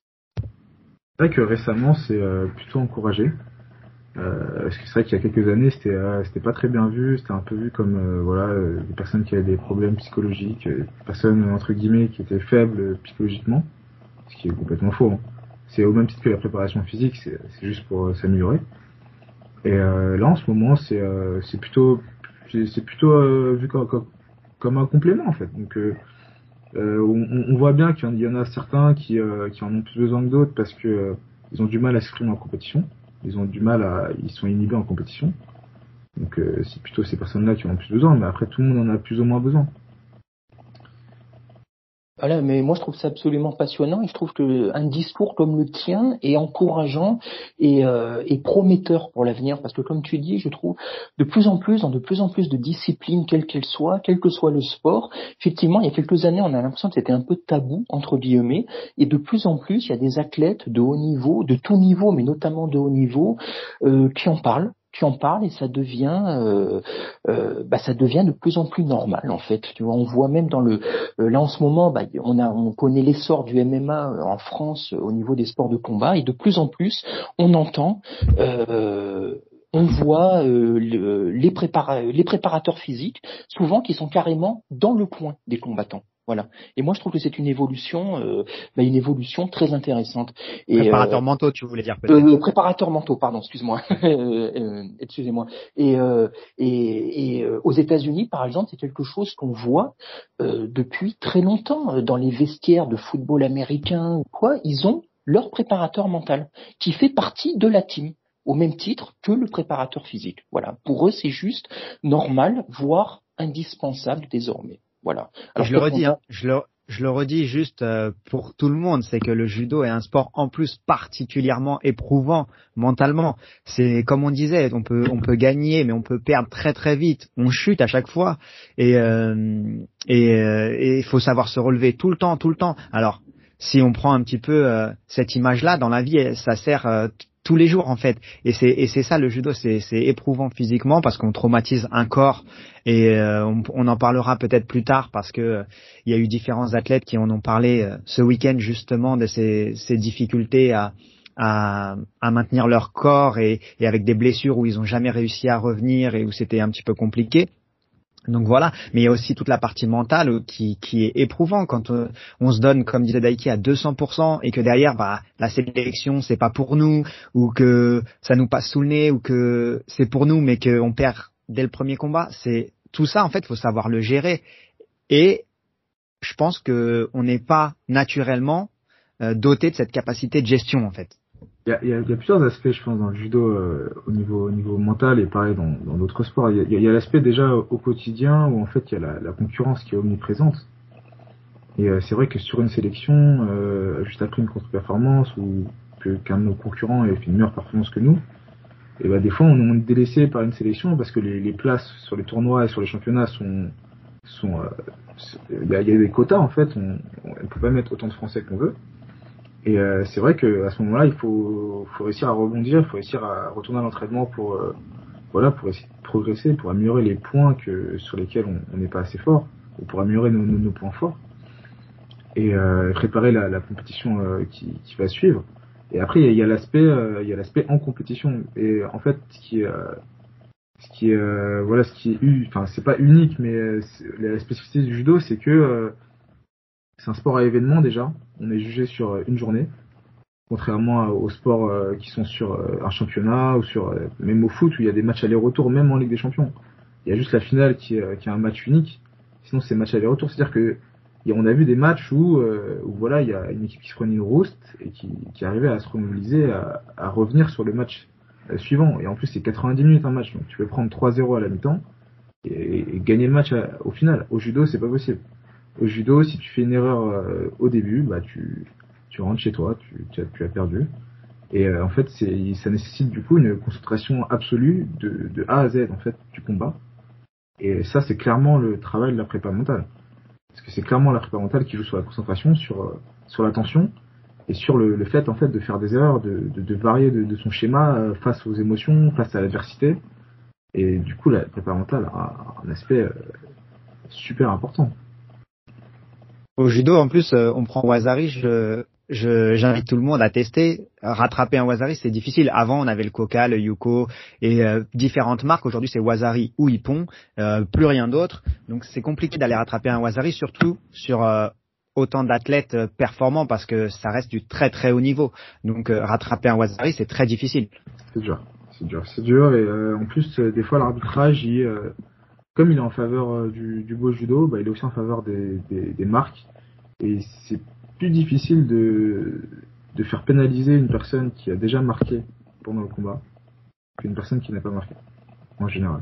C'est vrai que récemment, c'est euh, plutôt encouragé. Euh, parce que c'est vrai qu'il y a quelques années, c'était euh, c'était pas très bien vu. C'était un peu vu comme euh, voilà euh, des personnes qui avaient des problèmes psychologiques, euh, des personnes entre guillemets qui étaient faibles euh, psychologiquement, ce qui est complètement faux. Hein. C'est au même titre que la préparation physique, c'est, c'est juste pour euh, s'améliorer. Et euh, là, en ce moment, c'est euh, c'est plutôt c'est, c'est plutôt euh, vu comme, comme comme un complément en fait. Donc euh, Euh, on, on voit bien qu'il y en a certains qui, euh, qui en ont plus besoin que d'autres parce que euh, ils ont du mal à s'exprimer en compétition, ils ont du mal à, ils sont inhibés en compétition. Donc euh, c'est plutôt ces personnes-là qui en ont plus besoin, mais après tout le monde en a plus ou moins besoin. Voilà, mais moi je trouve ça absolument passionnant et je trouve que un discours comme le tien est encourageant et, euh, et prometteur pour l'avenir parce que comme tu dis, je trouve de plus en plus, dans de plus en plus de disciplines, quelles qu'elles soient, quel que soit le sport, effectivement, il y a quelques années, on a l'impression que c'était un peu tabou entre guillemets et de plus en plus, il y a des athlètes de haut niveau, de tout niveau, mais notamment de haut niveau, euh, qui en parlent. Tu en parles et ça devient, euh, euh, bah ça devient de plus en plus normal en fait. Tu vois, on voit même dans le, euh, là en ce moment, bah on a, on connaît l'essor du M M A en France au niveau des sports de combat et de plus en plus on entend, euh, on voit euh, le, les, prépara- les préparateurs physiques souvent qui sont carrément dans le coin des combattants. Voilà. Et moi, je trouve que c'est une évolution, euh, bah, une évolution très intéressante. Et, préparateurs euh, mentaux, tu voulais dire peut-être. Euh, préparateurs mentaux, pardon, excuse-moi, euh, excusez-moi. Et, euh, et, et euh, aux États-Unis, par exemple, c'est quelque chose qu'on voit euh, depuis très longtemps dans les vestiaires de football américain ou quoi. Ils ont leur préparateur mental qui fait partie de la team, au même titre que le préparateur physique. Voilà. Pour eux, c'est juste normal, voire indispensable désormais. Voilà. Alors, je le redis, hein, je le, je le redis juste euh, pour tout le monde, c'est que le judo est un sport en plus particulièrement éprouvant mentalement. C'est comme on disait, on peut, on peut gagner, mais on peut perdre très très vite. On chute à chaque fois et euh, et il faut savoir se relever tout le temps, tout le temps. Alors, si on prend un petit peu euh, cette image-là dans la vie, ça sert euh, tous les jours en fait, et c'est et c'est ça le judo, c'est c'est éprouvant physiquement parce qu'on traumatise un corps et euh, on, on en parlera peut-être plus tard parce que euh, il y a eu différents athlètes qui en ont parlé euh, ce week-end justement de ces ces difficultés à à à maintenir leur corps et et avec des blessures où ils ont jamais réussi à revenir et où c'était un petit peu compliqué. Donc voilà, mais il y a aussi toute la partie mentale qui, qui est éprouvant quand on, on se donne, comme disait Daiki, à deux cents pour cent et que derrière, bah, la sélection c'est pas pour nous, ou que ça nous passe sous le nez, ou que c'est pour nous mais qu'on perd dès le premier combat. C'est tout ça en fait, faut savoir le gérer. Et je pense que on n'est pas naturellement euh, doté de cette capacité de gestion en fait. Il y a, il y a, il y a plusieurs aspects, je pense, dans le judo euh, au niveau au niveau mental et pareil dans dans d'autres sports. Il y a, il y a l'aspect déjà au quotidien où en fait il y a la, la concurrence qui est omniprésente. Et euh, c'est vrai que sur une sélection, euh, juste après une contre-performance ou que qu'un de nos concurrents ait fait une meilleure performance que nous, et ben des fois on est délaissé par une sélection parce que les, les places sur les tournois et sur les championnats sont sont euh, il y a, il y a des quotas en fait. On ne peut pas mettre autant de Français qu'on veut. Et euh, c'est vrai que à ce moment-là, il faut, faut réussir à rebondir, il faut réussir à retourner à l'entraînement pour, euh, voilà, pour essayer de progresser, pour améliorer les points que sur lesquels on n'est pas assez fort, ou pour améliorer nos, nos, nos points forts, et euh, préparer la, la compétition euh, qui, qui va suivre. Et après, il y a, a l'aspect, euh, il y a l'aspect en compétition. Et en fait, ce qui est, euh, ce qui est, euh, voilà, ce qui est, enfin, c'est pas unique, mais euh, la spécificité du judo, c'est que euh, c'est un sport à événement déjà. On est jugé sur une journée, contrairement aux sports euh, qui sont sur euh, un championnat ou sur euh, même au foot où il y a des matchs aller-retour, même en Ligue des Champions. Il y a juste la finale qui est, euh, qui est un match unique. Sinon, c'est match aller-retour. C'est-à-dire que et on a vu des matchs où, euh, où voilà, il y a une équipe qui se prenait une rouste et qui, qui arrivait à se remobiliser, à, à revenir sur le match euh, suivant. Et en plus, c'est quatre-vingt-dix minutes un match, donc tu peux prendre trois zéro à la mi-temps et, et gagner le match à, au final. Au judo, c'est pas possible. Au judo, si tu fais une erreur euh, au début, bah tu, tu rentres chez toi, tu, tu, as, tu as perdu. Et euh, en fait, c'est, ça nécessite du coup une concentration absolue de, de A à Z en fait du combat. Et ça, c'est clairement le travail de la prépa mentale. Parce que c'est clairement la prépa mentale qui joue sur la concentration, sur euh, sur l'attention et sur le, le fait en fait de faire des erreurs, de, de, de varier de, de son schéma euh, face aux émotions, face à l'adversité. Et du coup, la prépa mentale a un aspect euh, super important. Au judo, en plus, euh, on prend Wazari. Je, je, j'invite tout le monde à tester. Rattraper un Wazari, c'est difficile. Avant, on avait le Koka, le Yuko et euh, différentes marques. Aujourd'hui, c'est Wazari ou Ippon, euh, plus rien d'autre. Donc, c'est compliqué d'aller rattraper un Wazari, surtout sur euh, autant d'athlètes euh, performants, parce que ça reste du très très haut niveau. Donc, euh, rattraper un Wazari, c'est très difficile. C'est dur, c'est dur, c'est dur. Et euh, en plus, euh, des fois, l'arbitrage, il euh, comme il est en faveur euh, du, du beau judo, bah, il est aussi en faveur des, des, des marques. Et c'est plus difficile de, de faire pénaliser une personne qui a déjà marqué pendant le combat qu'une personne qui n'a pas marqué, en général.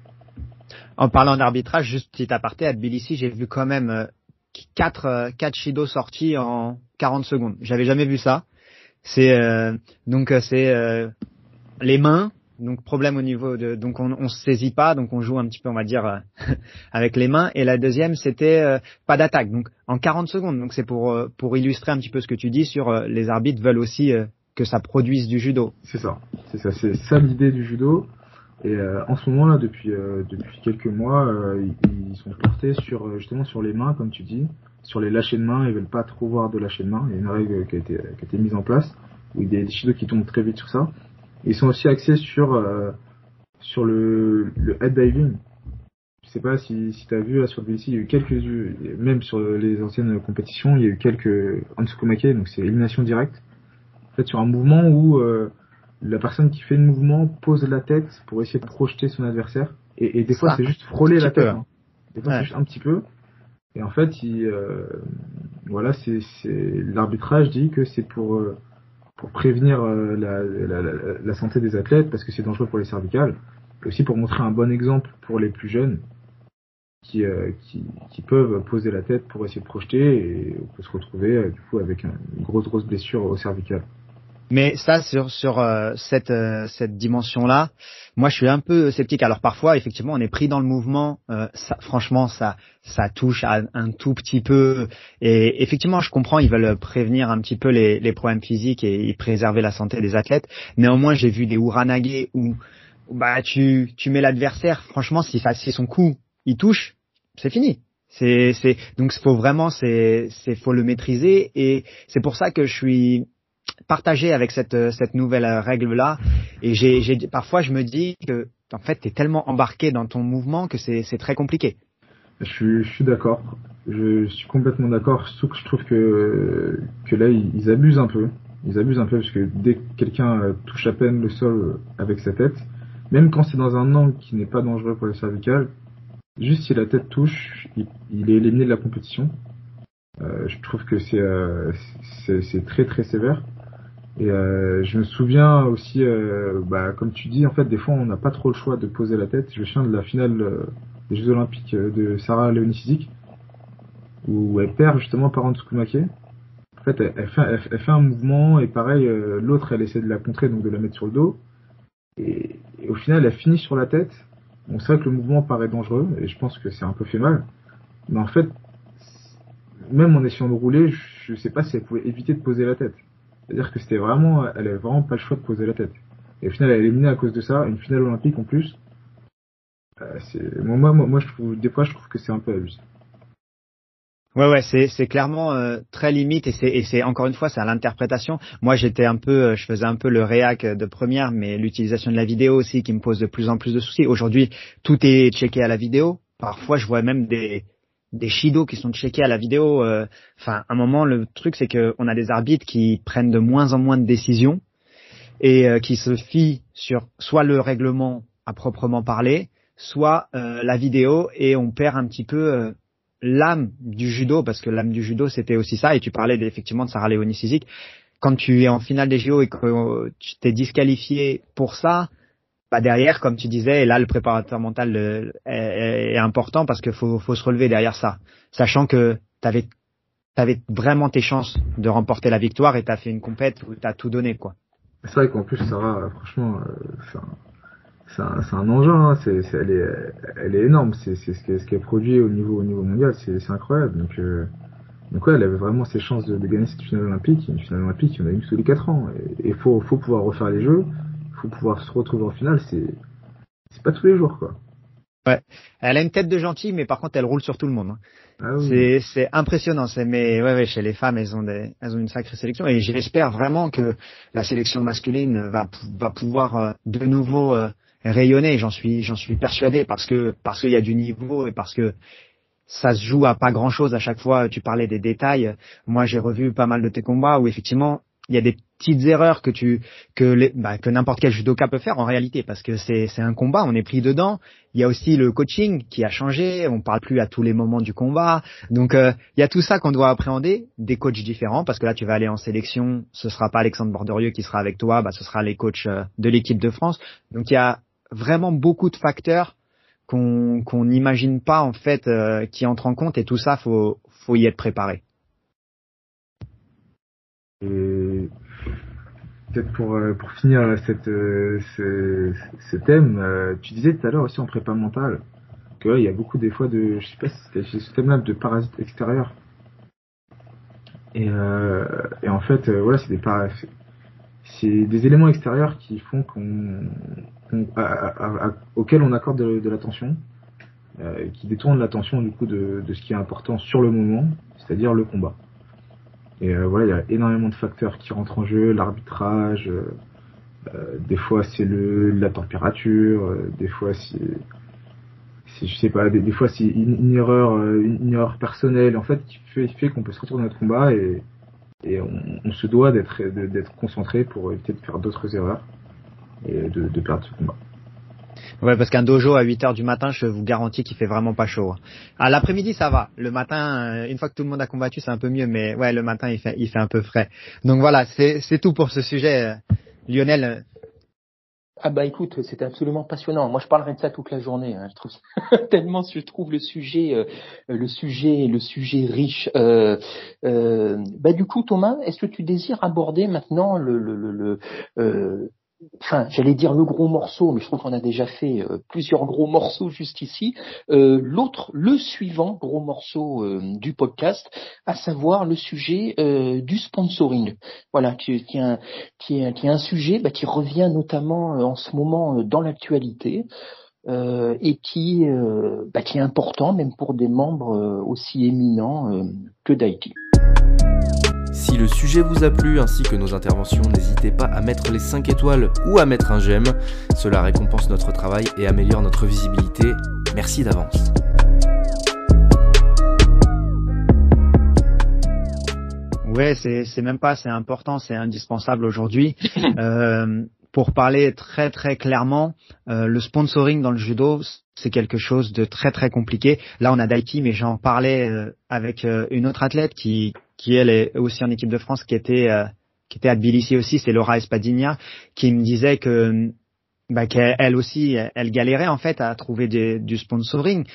En parlant d'arbitrage, juste petit aparté, à Tbilissi, j'ai vu quand même euh, quatre, euh, quatre Shido sortis en quarante secondes. J'avais jamais vu ça. C'est euh, donc c'est euh, les mains. Donc problème au niveau de, donc on, on se saisit pas, donc on joue un petit peu, on va dire, euh, avec les mains. Et la deuxième, c'était euh, pas d'attaque, donc en quarante secondes. Donc c'est pour euh, pour illustrer un petit peu ce que tu dis sur euh, les arbitres veulent aussi euh, que ça produise du judo. C'est ça, c'est ça, c'est ça l'idée du judo. Et euh, en ce moment là, depuis euh, depuis quelques mois, euh, ils, ils sont portés sur justement sur les mains, comme tu dis, sur les lâchers de main. Ils veulent pas trop voir de lâcher de main. Il y a une règle qui a été qui a été mise en place où il y a des judo qui tombent très vite sur ça. Ils sont aussi axés sur euh, sur le, le head diving. Je sais pas si, si tu as vu là sur le B C, il y a eu quelques, même sur les anciennes compétitions, il y a eu quelques Hansukomake, donc c'est élimination directe. En fait, sur un mouvement où euh, la personne qui fait le mouvement pose la tête pour essayer de projeter son adversaire. Et, et des fois, Ça, c'est juste frôler la tête. peu. Hein. Des fois, Ouais. c'est juste un petit peu. Et en fait, il, euh, voilà, c'est, c'est l'arbitrage dit que c'est pour euh, pour prévenir euh, la, la, la, la santé des athlètes parce que c'est dangereux pour les cervicales, et aussi pour montrer un bon exemple pour les plus jeunes qui, euh, qui, qui peuvent poser la tête pour essayer de projeter et on peut se retrouver euh, du coup avec un, une grosse grosse blessure au cervical. Mais ça, sur sur euh, cette euh, cette dimension-là, moi, je suis un peu sceptique. Alors parfois, effectivement, on est pris dans le mouvement. Euh, ça, franchement, ça ça touche à un tout petit peu. Et effectivement, je comprends, ils veulent prévenir un petit peu les les problèmes physiques et, et préserver la santé des athlètes. Néanmoins, j'ai vu des uranage où bah tu tu mets l'adversaire. Franchement, si si son coup il touche, c'est fini. C'est c'est donc il faut vraiment c'est c'est faut le maîtriser et c'est pour ça que je suis partagé avec cette cette nouvelle règle là et j'ai j'ai parfois je me dis que en fait, t'es tellement embarqué dans ton mouvement que c'est, c'est très compliqué. Je suis, je suis d'accord. Je suis complètement d'accord. Surtout que je trouve que, que là, ils, ils abusent un peu. Ils abusent un peu parce que dès que quelqu'un touche à peine le sol avec sa tête, même quand c'est dans un angle qui n'est pas dangereux pour le cervical, juste si la tête touche, il, il est éliminé de la compétition. Euh, je trouve que c'est, euh, c'est, c'est très très sévère. Et euh, je me souviens aussi, euh, bah, comme tu dis, en fait, des fois, on n'a pas trop le choix de poser la tête. Je me souviens de la finale euh, des Jeux Olympiques de Sarah Léonie-Sizik, où elle perd justement par Ntsoukoumake. En fait, elle, elle, fait, elle, elle fait un mouvement et pareil, euh, l'autre, elle essaie de la contrer, donc de la mettre sur le dos. Et, et au final, elle finit sur la tête. Bon, c'est vrai que le mouvement paraît dangereux et je pense que c'est un peu fait mal. Mais en fait, même en essayant de rouler, je sais pas si elle pouvait éviter de poser la tête. C'est-à-dire que c'était vraiment, elle avait vraiment pas le choix de poser la tête. Et au final, elle est éliminée à cause de ça, une finale olympique en plus. Euh, c'est, moi, moi, moi, je trouve, des fois, je trouve que c'est un peu abusé. Ouais, ouais, c'est c'est clairement euh, très limite et c'est et c'est encore une fois c'est à l'interprétation. Moi, j'étais un peu, euh, je faisais un peu le réac de première, mais l'utilisation de la vidéo aussi qui me pose de plus en plus de soucis. Aujourd'hui, tout est checké à la vidéo. Parfois, je vois même des des shidos qui sont checkés à la vidéo. Enfin, à un moment, le truc c'est que on a des arbitres qui prennent de moins en moins de décisions et euh, qui se fient sur soit le règlement à proprement parler, soit euh, la vidéo et on perd un petit peu. Euh, l'âme du judo, parce que l'âme du judo, c'était aussi ça, et tu parlais effectivement de Sarah Léonie-Sizik. Quand tu es en finale des J O et que tu t'es disqualifié pour ça, bah derrière, comme tu disais, et là, le préparateur mental est, est important parce qu'il faut, faut se relever derrière ça, sachant que t'avais, t'avais vraiment tes chances de remporter la victoire et t'as fait une compète où t'as tout donné, quoi. C'est vrai qu'en plus, Sarah, franchement, euh, c'est un... C'est un, c'est un engin, hein. c'est, c'est, elle est, elle est énorme. C'est, c'est ce qu'elle, ce qu'elle produit au niveau, au niveau mondial, c'est, c'est incroyable. Donc, euh, donc ouais, elle avait vraiment ses chances de, de gagner cette finale olympique. Une finale olympique, il y en a une tous les quatre ans. Et il faut, faut pouvoir refaire les jeux, il faut pouvoir se retrouver en finale. C'est, c'est pas tous les jours, quoi. Ouais, elle a une tête de gentille, mais par contre, elle roule sur tout le monde. Hein. Ah oui. C'est, c'est impressionnant. C'est, mais ouais, ouais, chez les femmes, elles ont des, elles ont une sacrée sélection. Et j'espère vraiment que la sélection masculine va, va pouvoir euh, de nouveau euh, rayonner. J'en suis, j'en suis persuadé parce que parce qu'il y a du niveau et parce que ça se joue à pas grand chose à chaque fois. Tu parlais des détails. Moi, j'ai revu pas mal de tes combats où effectivement il y a des petites erreurs que tu que les, bah, que n'importe quel judoka peut faire en réalité parce que c'est c'est un combat, on est pris dedans. Il y a aussi le coaching qui a changé, on parle plus à tous les moments du combat. Donc euh, il y a tout ça qu'on doit appréhender, des coachs différents parce que là tu vas aller en sélection, ce sera pas Alexandre Borderieux qui sera avec toi, bah ce sera les coachs de l'équipe de France. Donc il y a vraiment beaucoup de facteurs qu'on qu'on n'imagine pas en fait euh, qui entrent en compte et tout ça faut faut y être préparé. Et peut-être pour pour finir cette ce, ce thème, euh, tu disais tout à l'heure aussi en prépa mentale que là, il y a beaucoup des fois de, je sais pas si c'était ce thème-là, de parasites extérieurs. Et euh, et en fait, euh, voilà, c'est des parasites, c'est des éléments extérieurs qui font qu'on, qu'on à, à, à, auxquels on accorde de, de l'attention, euh, qui détournent l'attention du coup de, de ce qui est important sur le moment, c'est-à-dire le combat. Et euh, voilà, il y a énormément de facteurs qui rentrent en jeu, l'arbitrage, euh, euh, des fois c'est le la température, euh, des fois c'est, c'est je sais pas, des, des fois c'est une, une erreur, une, une erreur personnelle en fait qui fait, qui fait qu'on peut se retrouver dans notre combat et et on, on se doit d'être d'être concentré pour éviter de faire d'autres erreurs et de, de perdre ce combat. Ouais, parce qu'un dojo à huit heures du matin, je vous garantis qu'il fait vraiment pas chaud. À l'après-midi, ça va. Le matin, une fois que tout le monde a combattu, c'est un peu mieux, mais ouais, le matin, il fait, il fait un peu frais. Donc voilà, c'est, c'est tout pour ce sujet, Lionel. Ah bah écoute, c'était absolument passionnant. Moi, je parlerai de ça toute la journée. Hein. Je trouve tellement, je trouve le sujet, euh, le sujet, le sujet riche. Euh, euh, bah du coup, Thomas, est-ce que tu désires aborder maintenant le, le, le, le euh, Enfin, j'allais dire le gros morceau, mais je trouve qu'on a déjà fait euh, plusieurs gros morceaux juste ici. Euh, l'autre, le suivant gros morceau euh, du podcast, à savoir le sujet euh, du sponsoring. Voilà, qui, qui, est un, qui, est, qui est un sujet bah, qui revient notamment euh, en ce moment euh, dans l'actualité euh, et qui, euh, bah, qui est important même pour des membres euh, aussi éminents euh, que Daiki. Si le sujet vous a plu ainsi que nos interventions, n'hésitez pas à mettre les cinq étoiles ou à mettre un j'aime. Cela récompense notre travail et améliore notre visibilité. Merci d'avance. Ouais, c'est c'est même pas, c'est important, c'est indispensable aujourd'hui. Euh, pour parler très très clairement, euh, le sponsoring dans le judo, c'est quelque chose de très très compliqué. Là, on a Daiki, mais j'en parlais euh, avec euh, une autre athlète qui qui elle est aussi en équipe de France, qui était euh, qui était à Tbilissi aussi, c'est Laura Espadinha, qui me disait que bah, qu'elle aussi, elle galérait en fait à trouver des, du sponsoring.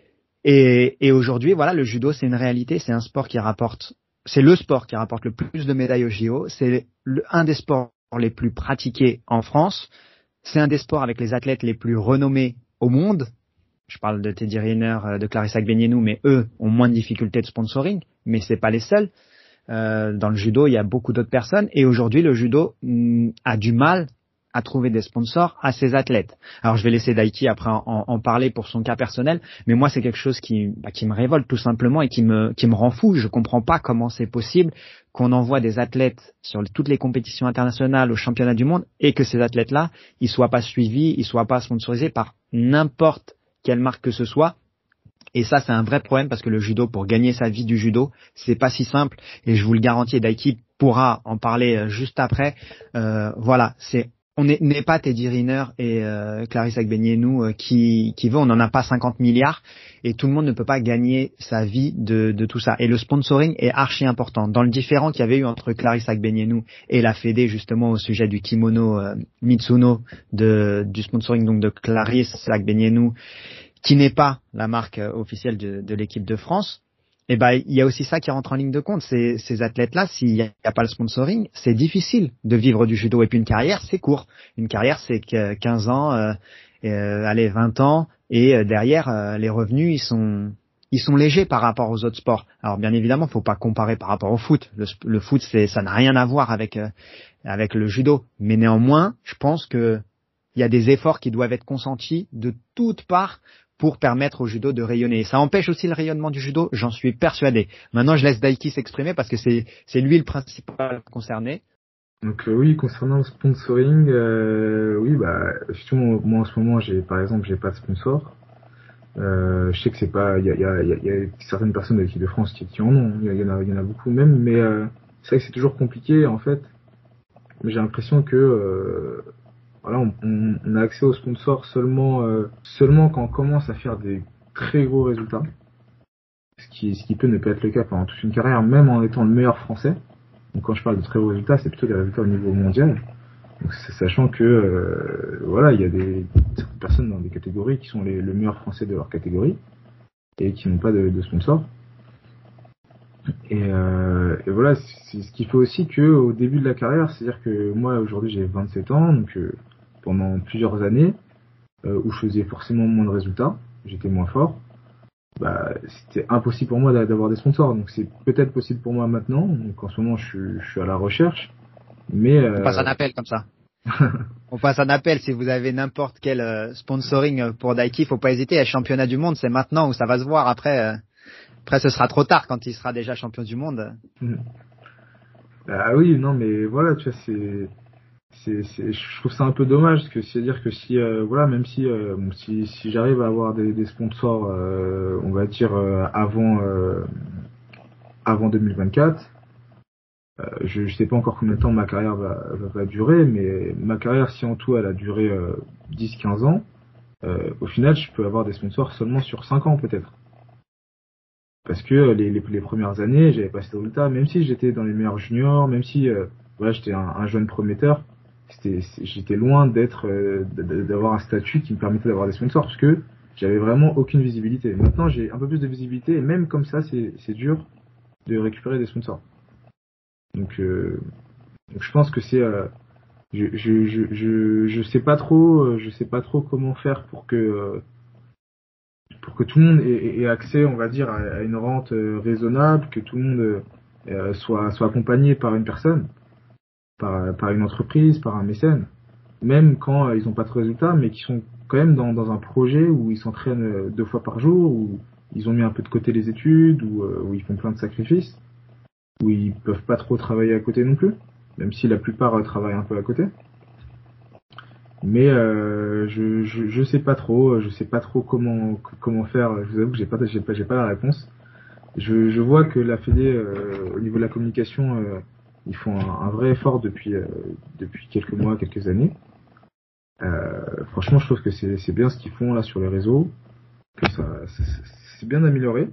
Et, et aujourd'hui, voilà, le judo, c'est une réalité, c'est un sport qui rapporte. C'est le sport qui rapporte le plus de médailles au J O. C'est le, un des sports les plus pratiqués en France. C'est un des sports avec les athlètes les plus renommés au monde. Je parle de Teddy Riner, de Clarissa Agbenienou, mais eux ont moins de difficultés de sponsoring. Mais c'est pas les seuls. Euh, dans le judo, il y a beaucoup d'autres personnes. Et aujourd'hui, le judo mm, a du mal à trouver des sponsors à ses athlètes. Alors je vais laisser Daiki après en, en parler pour son cas personnel, mais moi c'est quelque chose qui, bah, qui me révolte tout simplement et qui me, qui me rend fou. Je comprends pas comment c'est possible qu'on envoie des athlètes sur toutes les compétitions internationales, aux championnats du monde, et que ces athlètes-là, ils soient pas suivis, ils soient pas sponsorisés par n'importe quelle marque que ce soit. Et ça, c'est un vrai problème parce que le judo, pour gagner sa vie du judo, c'est pas si simple. Et je vous le garantis, Daiki pourra en parler juste après. Euh, voilà, c'est On n'est pas Teddy Riner et euh, Clarissa Agbenienou euh, qui, qui veut, on n'en a pas cinquante milliards et tout le monde ne peut pas gagner sa vie de, de tout ça. Et le sponsoring est archi important. Dans le différend qu'il y avait eu entre Clarissa Agbenienou et la Fédé justement au sujet du kimono euh, Mitsuno, de, du sponsoring donc de Clarissa Agbenienou, qui n'est pas la marque euh, officielle de, de l'équipe de France, et ben, il y a aussi ça qui rentre en ligne de compte. Ces, ces athlètes-là, s'il n'y a, a pas le sponsoring, c'est difficile de vivre du judo. Et puis une carrière, c'est court. Une carrière, c'est quinze ans, euh, euh, allez, vingt ans. Et euh, derrière, euh, les revenus, ils sont, ils sont légers par rapport aux autres sports. Alors bien évidemment, faut pas comparer par rapport au foot. Le, le foot, c'est, ça n'a rien à voir avec, euh, avec le judo. Mais néanmoins, je pense que il y a des efforts qui doivent être consentis de toutes parts pour permettre au judo de rayonner. Et ça empêche aussi le rayonnement du judo, j'en suis persuadé. Maintenant, je laisse Daiki s'exprimer parce que c'est, c'est lui le principal concerné. Donc euh, oui, concernant le sponsoring, euh, oui, bah, effectivement, moi en ce moment, j'ai, par exemple, j'ai pas de sponsor. Euh, je sais que c'est pas, il y a, y a, y a, y a certaines personnes de l'équipe de France qui, qui en ont, il y, y en a, il y en a beaucoup même, mais euh, c'est vrai que c'est toujours compliqué en fait. Mais j'ai l'impression que euh, Voilà, on, on, on a accès aux sponsors seulement euh, seulement quand on commence à faire des très gros résultats, ce qui ce qui peut ne pas être le cas pendant toute une carrière, même en étant le meilleur français. Donc quand je parle de très gros résultats, c'est plutôt des résultats au niveau mondial. Donc c'est sachant que euh, voilà, il y a des certaines personnes dans des catégories qui sont les le meilleur français de leur catégorie et qui n'ont pas de, de sponsor. Et, euh, et voilà, c'est ce qui fait aussi que au début de la carrière, c'est-à-dire que moi aujourd'hui j'ai vingt-sept ans, donc euh, pendant plusieurs années euh, où je faisais forcément moins de résultats, j'étais moins fort, bah c'était impossible pour moi d'avoir des sponsors. Donc c'est peut-être possible pour moi maintenant. Donc en ce moment je suis, je suis à la recherche, mais euh... on passe un appel comme ça. On passe un appel si vous avez n'importe quel euh, sponsoring pour Daiki, faut pas hésiter. À championnat du monde, c'est maintenant où ça va se voir. Après, euh, après ce sera trop tard quand il sera déjà champion du monde. Mmh. Ah oui, non mais voilà, tu vois, c'est C'est, c'est, je trouve ça un peu dommage parce que c'est-à-dire que si euh, voilà, même si euh, bon, si si j'arrive à avoir des, des sponsors, euh, on va dire euh, avant euh, avant deux mille vingt-quatre, euh, je je sais pas encore combien de temps ma carrière va va, va durer, mais ma carrière, si en tout elle a duré euh, dix quinze ans, euh, au final je peux avoir des sponsors seulement sur cinq ans peut-être, parce que les les, les premières années j'avais pas ces résultats, même si j'étais dans les meilleurs juniors, même si euh, voilà, j'étais un, un jeune prometteur. C'était, j'étais loin d'être, euh, d'avoir un statut qui me permettait d'avoir des sponsors parce que j'avais vraiment aucune visibilité. Maintenant, j'ai un peu plus de visibilité et même comme ça, c'est, c'est dur de récupérer des sponsors. Donc, euh, donc je pense que c'est, euh, je, je, je, je, je sais pas trop, je sais pas trop comment faire pour que, euh, pour que tout le monde ait, ait accès, on va dire, à, à une rente raisonnable, que tout le monde euh, soit, soit accompagné par une personne. Par, par une entreprise, par un mécène, même quand euh, ils n'ont pas de résultats, mais qui sont quand même dans, dans un projet où ils s'entraînent euh, deux fois par jour, où ils ont mis un peu de côté les études, où, euh, où ils font plein de sacrifices. où ils peuvent pas trop travailler à côté non plus, même si la plupart euh, travaillent un peu à côté. Mais euh, je, je je sais pas trop, je sais pas trop comment comment faire. Je vous avoue que j'ai pas j'ai pas j'ai pas la réponse. Je je vois que la Fédé euh, au niveau de la communication, euh, ils font un, un vrai effort depuis euh, depuis quelques mois, quelques années. Euh, franchement, je trouve que c'est c'est bien ce qu'ils font là sur les réseaux, que ça c'est, c'est bien amélioré.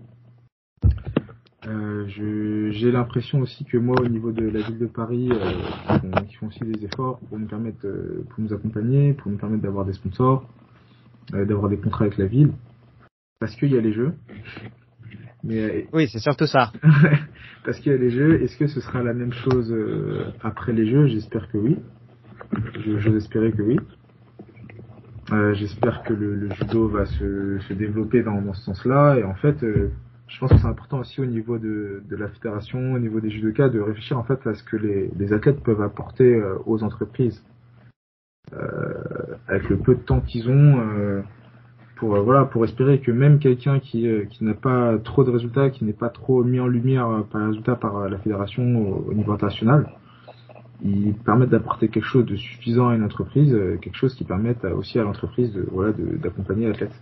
Euh, je, j'ai l'impression aussi que moi, au niveau de la ville de Paris, euh, ils, font, ils font aussi des efforts pour nous permettre, euh, pour nous accompagner, pour nous permettre d'avoir des sponsors, euh, d'avoir des contrats avec la ville, parce qu'il y a les jeux. Mais euh, oui, c'est surtout ça. parce qu'il y a les jeux. Est-ce que ce sera la même chose euh, après les jeux? J'espère que oui. Je, j'ose espérer que oui. Euh, j'espère que le, le judo va se, se développer dans, dans ce sens-là. Et en fait. Euh, Je pense que c'est important aussi au niveau de, de la fédération, au niveau des judokas, de réfléchir en fait à ce que les, les athlètes peuvent apporter euh, aux entreprises euh, avec le peu de temps qu'ils ont, euh, pour euh, voilà, pour espérer que même quelqu'un qui euh, qui n'a pas trop de résultats, qui n'est pas trop mis en lumière euh, par les résultats par la fédération au, au niveau international, ils permettent d'apporter quelque chose de suffisant à une entreprise, euh, quelque chose qui permette aussi à l'entreprise de voilà de, d'accompagner l'athlète.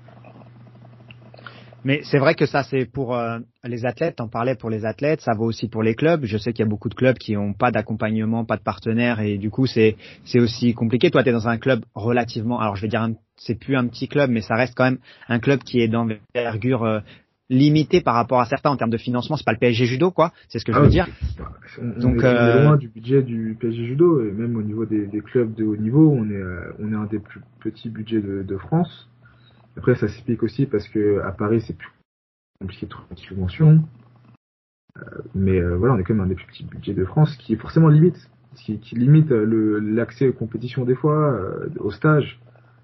Mais c'est vrai que ça, c'est pour euh, les athlètes. T'en parlais pour les athlètes, ça vaut aussi pour les clubs. Je sais qu'il y a beaucoup de clubs qui n'ont pas d'accompagnement, pas de partenaire, et du coup, c'est c'est aussi compliqué. Toi, t'es dans un club relativement, alors je vais dire, un, c'est plus un petit club, mais ça reste quand même un club qui est d'envergure euh, limitée par rapport à certains en termes de financement. C'est pas le P S G Judo, quoi. C'est ce que je veux ah, dire. On, Donc, on est, euh... on est loin du budget du P S G Judo, et même au niveau des, des clubs de haut niveau, on est euh, on est un des plus petits budgets de, de France. Après, ça s'explique aussi parce que à Paris, c'est plus compliqué de trouver une subvention, euh, mais euh, voilà, on est quand même un des plus petits budgets de France, qui est forcément limite, qui, qui limite le, l'accès aux compétitions des fois, euh, aux stages.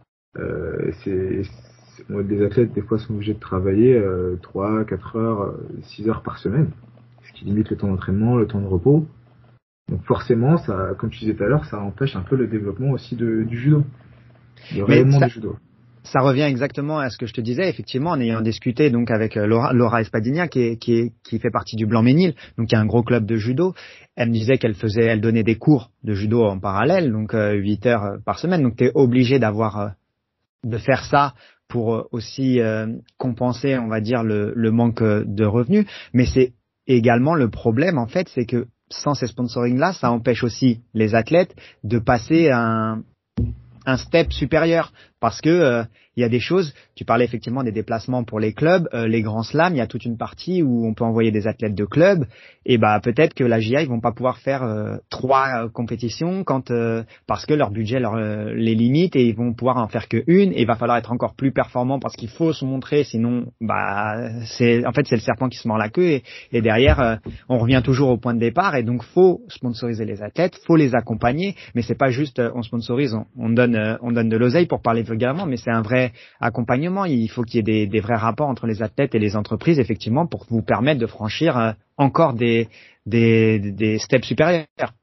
Euh, c'est, c'est des athlètes des fois sont obligés de travailler euh, trois, quatre heures, six heures par semaine, ce qui limite le temps d'entraînement, le temps de repos. Donc forcément, ça, comme tu disais tout à l'heure, ça empêche un peu le développement aussi de, du judo, le rayonnement du judo. Ça revient exactement à ce que je te disais, effectivement, en ayant discuté donc avec Laura, Laura Espadinha, qui, est, qui, est, qui fait partie du Blanc-Ménil, donc qui est un gros club de judo. Elle me disait qu'elle faisait, elle donnait des cours de judo en parallèle, donc euh, huit heures par semaine. Donc tu es obligé d'avoir, euh, de faire ça pour euh, aussi euh, compenser, on va dire, le, le manque de revenus. Mais c'est également le problème, en fait, c'est que sans ces sponsorings-là, ça empêche aussi les athlètes de passer un un step supérieur, parce que euh, il y a des choses, tu parlais effectivement des déplacements pour les clubs, euh, les grands slams, il y a toute une partie où on peut envoyer des athlètes de clubs, et bah peut-être que la J A ils vont pas pouvoir faire euh, trois euh, compétitions quand euh, parce que leur budget leur euh, les limite, et ils vont pouvoir en faire que une, et il va falloir être encore plus performant parce qu'il faut se montrer, sinon bah c'est en fait c'est le serpent qui se mord la queue, et, et derrière euh, on revient toujours au point de départ, et donc faut sponsoriser les athlètes, faut les accompagner, mais c'est pas juste euh, on sponsorise, on, on donne euh, on donne de l'oseille pour parler vulgairement, mais c'est un vrai accompagnement. Il faut qu'il y ait des, des vrais rapports entre les athlètes et les entreprises, effectivement, pour vous permettre de franchir euh, encore des, des, des steps supérieurs.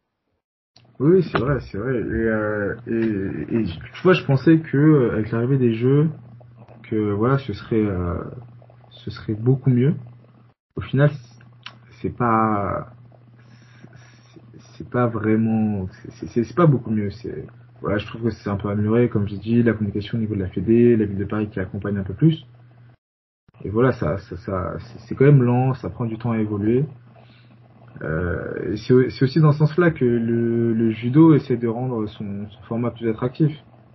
Oui, c'est vrai, c'est vrai. Et, euh, et, et tu vois, je pensais que avec l'arrivée des jeux, que voilà, ce serait, euh, ce serait beaucoup mieux. Au final, c'est pas, c'est, c'est pas vraiment, c'est, c'est, c'est pas beaucoup mieux. C'est Voilà, je trouve que c'est un peu amélioré, comme j'ai dit, la communication au niveau de la Fédé, la ville de Paris qui accompagne un peu plus. Et voilà, ça, ça, ça c'est quand même lent, ça prend du temps à évoluer. Euh, et c'est, c'est aussi dans ce sens-là que le, le judo essaie de rendre son, son format plus attractif.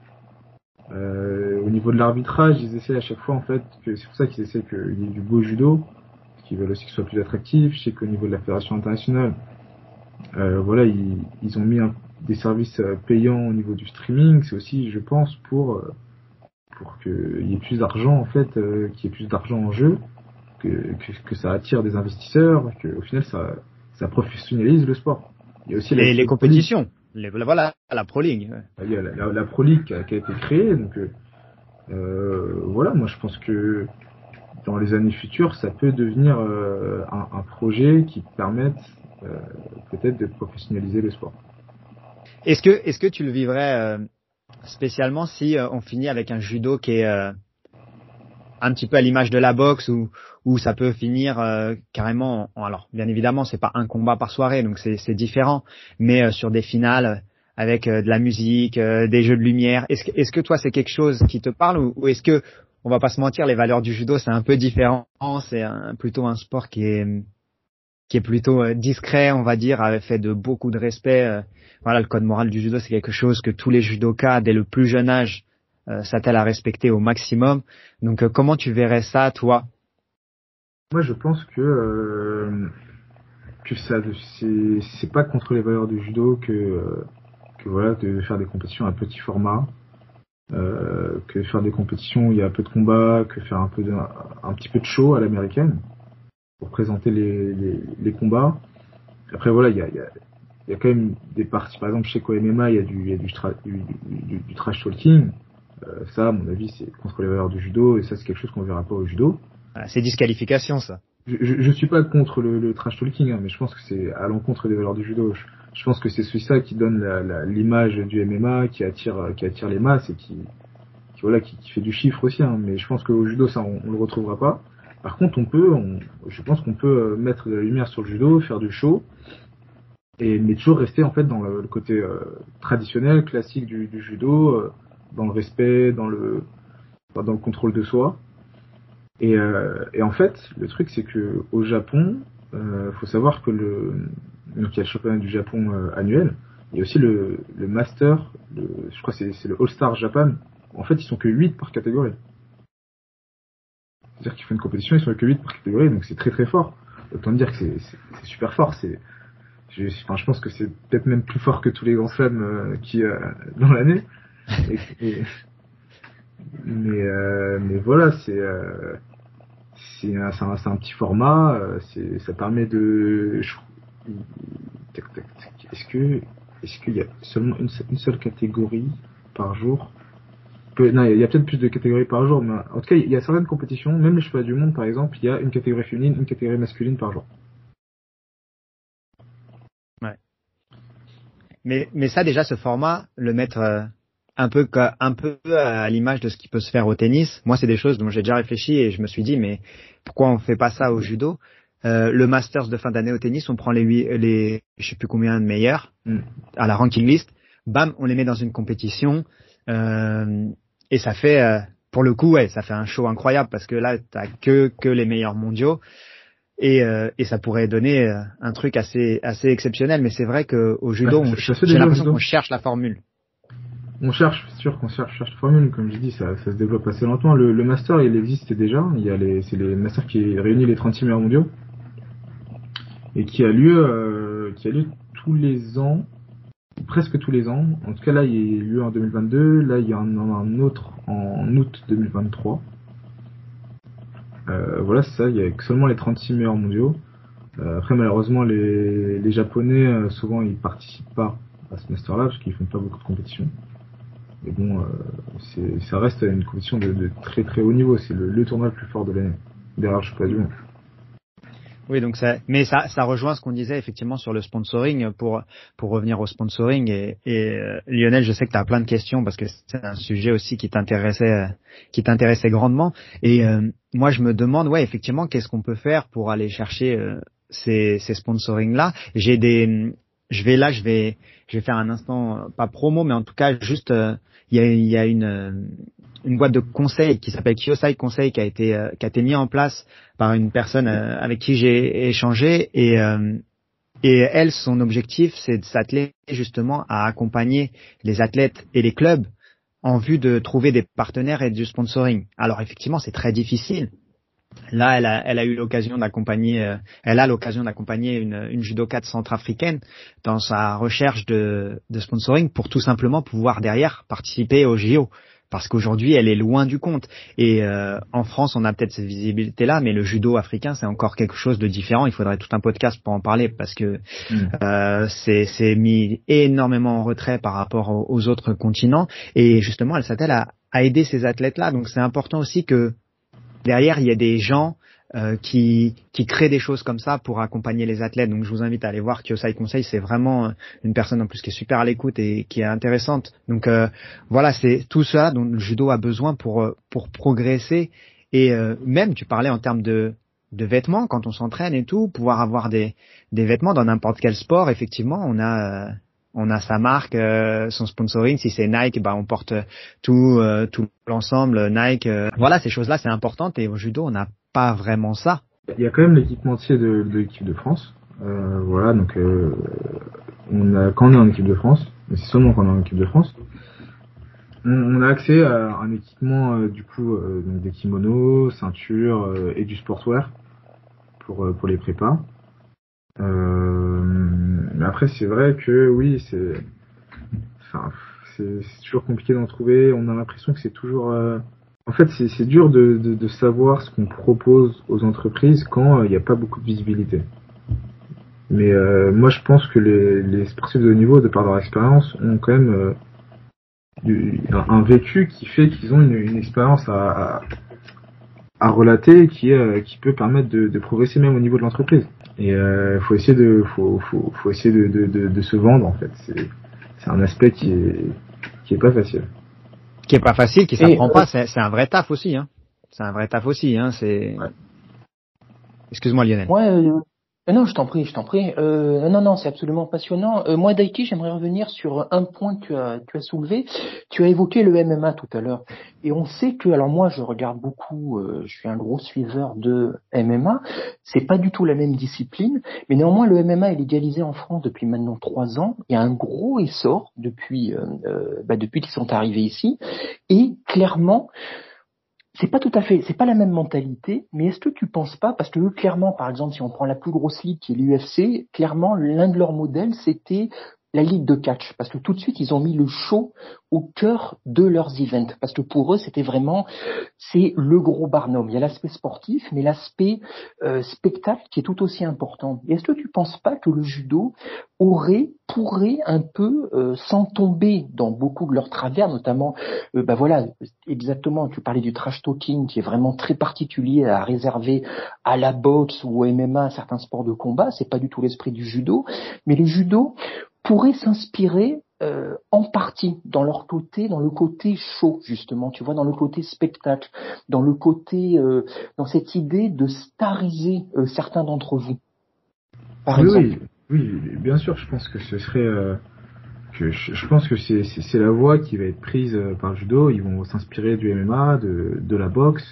Euh, au niveau de l'arbitrage, ils essaient à chaque fois en fait, que c'est pour ça qu'ils essaient qu'il y ait du beau judo, parce qu'ils veulent aussi que ce soit plus attractif. Je sais qu'au niveau de la fédération internationale, euh, voilà, ils, ils ont mis un des services payants au niveau du streaming, c'est aussi, je pense, pour pour qu'il y ait plus d'argent en fait, euh, qu'il y ait plus d'argent en jeu, que, que que ça attire des investisseurs, que au final ça ça professionnalise le sport. Il y a aussi les, les compétitions, les, voilà, la Pro League. Ouais. Il y a la, la, la Pro League qui a, qui a été créée, donc euh, voilà, moi je pense que dans les années futures, ça peut devenir euh, un, un projet qui permette euh, peut-être de professionnaliser le sport. Est-ce que, est-ce que tu le vivrais euh, spécialement si euh, on finit avec un judo qui est, euh, un petit peu à l'image de la boxe où où ça peut finir euh, carrément. En, alors bien évidemment, c'est pas un combat par soirée, donc c'est c'est différent, mais euh, sur des finales avec euh, de la musique, euh, des jeux de lumière. Est-ce que est-ce que toi c'est quelque chose qui te parle ou, ou est-ce que on va pas se mentir, les valeurs du judo c'est un peu différent, c'est un, plutôt un sport qui est qui est plutôt euh, discret, on va dire, avec fait de beaucoup de respect. Euh, voilà, le code moral du judo, c'est quelque chose que tous les judokas, dès le plus jeune âge, euh, s'attellent à respecter au maximum. Donc, euh, comment tu verrais ça, toi? Moi, je pense que euh, que ça, c'est c'est pas contre les valeurs du judo que euh, que voilà, de faire des compétitions à petit format, euh, que faire des compétitions où il y a peu de combats, que faire un peu de, un petit peu de show à l'américaine pour présenter les, les, les combats. Après voilà, il y a, il y a, il y a quand même des parties, par exemple chez qu'au M M A, il y a du, il y a du, tra, du, du, du trash talking. Euh, ça, à mon avis, c'est contre les valeurs du judo, et ça, c'est quelque chose qu'on verra pas au judo. C'est disqualification, ça. Je, je, je suis pas contre le, le trash talking, hein, mais je pense que c'est à l'encontre des valeurs du judo. Je, je pense que c'est celui ça qui donne la, la, l'image du M M A, qui attire, qui attire les masses et qui, qui voilà, qui, qui fait du chiffre aussi. Hein, mais je pense qu'au judo, ça, on, on le retrouvera pas. Par contre, on peut, on, je pense qu'on peut mettre de la lumière sur le judo, faire du show, et mais toujours rester en fait dans le, le côté euh, traditionnel, classique du, du judo, euh, dans le respect, dans le, dans le contrôle de soi. Et, euh, et en fait, le truc c'est que au Japon, euh, faut savoir que le, donc il y a le championnat du Japon euh, annuel, il y a aussi le, le Master, le, je crois que c'est, c'est le All Star Japan. En fait, ils sont que huit par catégorie. C'est-à-dire qu'ils font une compétition, ils sont que huit par catégorie, donc c'est très très fort. Autant dire que c'est, c'est, c'est super fort. C'est, je, enfin, je pense que c'est peut-être même plus fort que tous les grands slams euh, qui euh, dans l'année. Et, et, mais euh, mais voilà, c'est euh, c'est, un, c'est, un, c'est un petit format. Euh, c'est, ça permet de. Je, tac, tac, tac, est-ce que est-ce qu'il y a seulement une, une seule catégorie par jour? Non, il y a peut-être plus de catégories par jour, mais en tout cas, il y a certaines compétitions, même les championnats du monde, par exemple, il y a une catégorie féminine, une catégorie masculine par jour. Ouais. Mais, mais ça, déjà, ce format, le mettre euh, un peu, un peu à l'image de ce qui peut se faire au tennis, moi, c'est des choses dont j'ai déjà réfléchi et je me suis dit, mais pourquoi on fait pas ça au judo? Euh, le Masters de fin d'année au tennis, on prend les huit, les, je sais plus combien de meilleurs mm. à la ranking list, bam, on les met dans une compétition. Euh, Et ça fait, euh, pour le coup, ouais, ça fait un show incroyable parce que là, t'as que que les meilleurs mondiaux et euh, et ça pourrait donner euh, un truc assez assez exceptionnel. Mais c'est vrai que au judo, ouais, on, ch- j'ai l'impression qu'on cherche la formule. On cherche, c'est sûr qu'on cherche, cherche la formule. Comme je dis, ça ça se développe assez lentement. Le, le master, il existe déjà. Il y a les, c'est les masters qui réunissent les trente-six meilleurs mondiaux et qui a lieu, euh, qui a lieu tous les ans. Presque tous les ans. En tout cas, là, il y a eu lieu en deux mille vingt-deux. Là, il y en a un autre en août deux mille vingt-trois. Euh, voilà, c'est ça. Il y a seulement les trente-six meilleurs mondiaux. Euh, après, malheureusement, les, les Japonais, euh, souvent, ils participent pas à ce master-là parce qu'ils font pas beaucoup de compétitions. Mais bon, euh, c'est, ça reste une compétition de, de très très haut niveau. C'est le, le tournoi le plus fort de l'année. Derrière le championnat du monde. Oui, donc ça, mais ça, ça rejoint ce qu'on disait effectivement sur le sponsoring pour pour revenir au sponsoring et, et euh, Lionel, je sais que tu as plein de questions parce que c'est un sujet aussi qui t'intéressait, qui t'intéressait grandement. Et euh, moi, je me demande, ouais, effectivement, qu'est-ce qu'on peut faire pour aller chercher euh, ces ces sponsorings là. J'ai des, je vais là, je vais, je vais faire un instant pas promo, mais en tout cas juste, il euh, y a il y a une une boîte de conseils qui s'appelle Kyosai Conseil qui a été euh, qui a été mis en place par une personne euh, avec qui j'ai échangé et euh, et elle, son objectif, c'est de s'atteler justement à accompagner les athlètes et les clubs en vue de trouver des partenaires et du sponsoring. Alors effectivement, c'est très difficile. Là, elle a, elle a eu l'occasion d'accompagner, euh, elle a l'occasion d'accompagner une, une judokate centrafricaine dans sa recherche de, de sponsoring pour tout simplement pouvoir derrière participer aux J O. Parce qu'aujourd'hui, elle est loin du compte. Et euh, en France, on a peut-être cette visibilité-là, mais le judo africain, c'est encore quelque chose de différent. Il faudrait tout un podcast pour en parler parce que mmh. euh, c'est, c'est mis énormément en retrait par rapport aux, aux autres continents. Et justement, elle s'attelle à, à aider ces athlètes-là. Donc, c'est important aussi que derrière, il y ait des gens euh, qui qui créent des choses comme ça pour accompagner les athlètes. Donc, je vous invite à aller voir Kyosai Conseil. C'est vraiment une personne en plus qui est super à l'écoute et qui est intéressante. Donc, euh, voilà, c'est tout ça dont le judo a besoin pour pour progresser Et euh, même, tu parlais en termes de de vêtements quand on s'entraîne et tout, pouvoir avoir des des vêtements dans n'importe quel sport, effectivement, on a euh, on a sa marque, euh, son sponsoring. Si c'est Nike, bah on porte tout euh, tout l'ensemble Nike. Euh, voilà, ces choses-là, c'est important. Et au judo, on n'a pas vraiment ça. Il y a quand même l'équipementier de, de l'équipe de France. Euh, voilà, donc euh, on a quand on est en équipe de France, mais c'est seulement quand on est en équipe de France. On, on a accès à un équipement euh, du coup euh, donc des kimonos, ceintures euh, et du sportswear pour euh, pour les prépas. Euh, mais après c'est vrai que oui c'est enfin c'est, c'est toujours compliqué d'en trouver. On a l'impression que c'est toujours euh, en fait c'est, c'est dur de, de, de savoir ce qu'on propose aux entreprises quand il euh, n'y a pas beaucoup de visibilité. Mais euh, moi je pense que les, les sportifs de haut niveau, de par leur expérience, ont quand même euh, du, un, un vécu qui fait qu'ils ont une, une expérience à, à, à relater qui, euh, qui peut permettre de, de progresser même au niveau de l'entreprise. Et euh, faut essayer de faut, faut, faut essayer de, de, de, de se vendre en fait. C'est, c'est un aspect qui est qui est pas facile. Qui est pas facile, qui s'apprend Et, pas. euh, C'est, c'est un vrai taf aussi, hein. C'est un vrai taf aussi, hein. C'est. Ouais. Excuse-moi Lionel. Ouais, euh, non, je t'en prie, je t'en prie. Euh, non, non, c'est absolument passionnant. Euh, moi, Daiki, j'aimerais revenir sur un point que tu as, tu as soulevé. Tu as évoqué le M M A tout à l'heure. Et on sait que, alors moi, je regarde beaucoup, euh, je suis un gros suiveur de M M A. C'est pas du tout la même discipline, mais néanmoins, le M M A est légalisé en France depuis maintenant trois ans. Il y a un gros essor depuis, euh, euh, bah, depuis qu'ils sont arrivés ici. Et clairement, c'est pas tout à fait, c'est pas la même mentalité, mais est-ce que tu penses pas, parce que eux, clairement, par exemple, si on prend la plus grosse ligue qui est l'U F C, clairement, l'un de leurs modèles, c'était la ligue de catch, parce que tout de suite, ils ont mis le show au cœur de leurs events, parce que pour eux, c'était vraiment, c'est le gros barnum. Il y a l'aspect sportif, mais l'aspect euh, spectacle qui est tout aussi important. Et est-ce que tu penses pas que le judo aurait, pourrait un peu, euh, sans tomber dans beaucoup de leurs travers, notamment, euh, bah voilà, exactement, tu parlais du trash talking qui est vraiment très particulier à réserver à la boxe ou au M M A, à certains sports de combat, c'est pas du tout l'esprit du judo, mais le judo pourrait s'inspirer euh, en partie dans leur côté, dans le côté show justement, tu vois, dans le côté spectacle, dans le côté, euh, dans cette idée de stariser euh, certains d'entre vous. Par oui, exemple. oui, oui, bien sûr, je pense que ce serait euh, que je, je pense que c'est, c'est c'est la voie qui va être prise euh, par le judo. Ils vont s'inspirer du M M A, de de la boxe.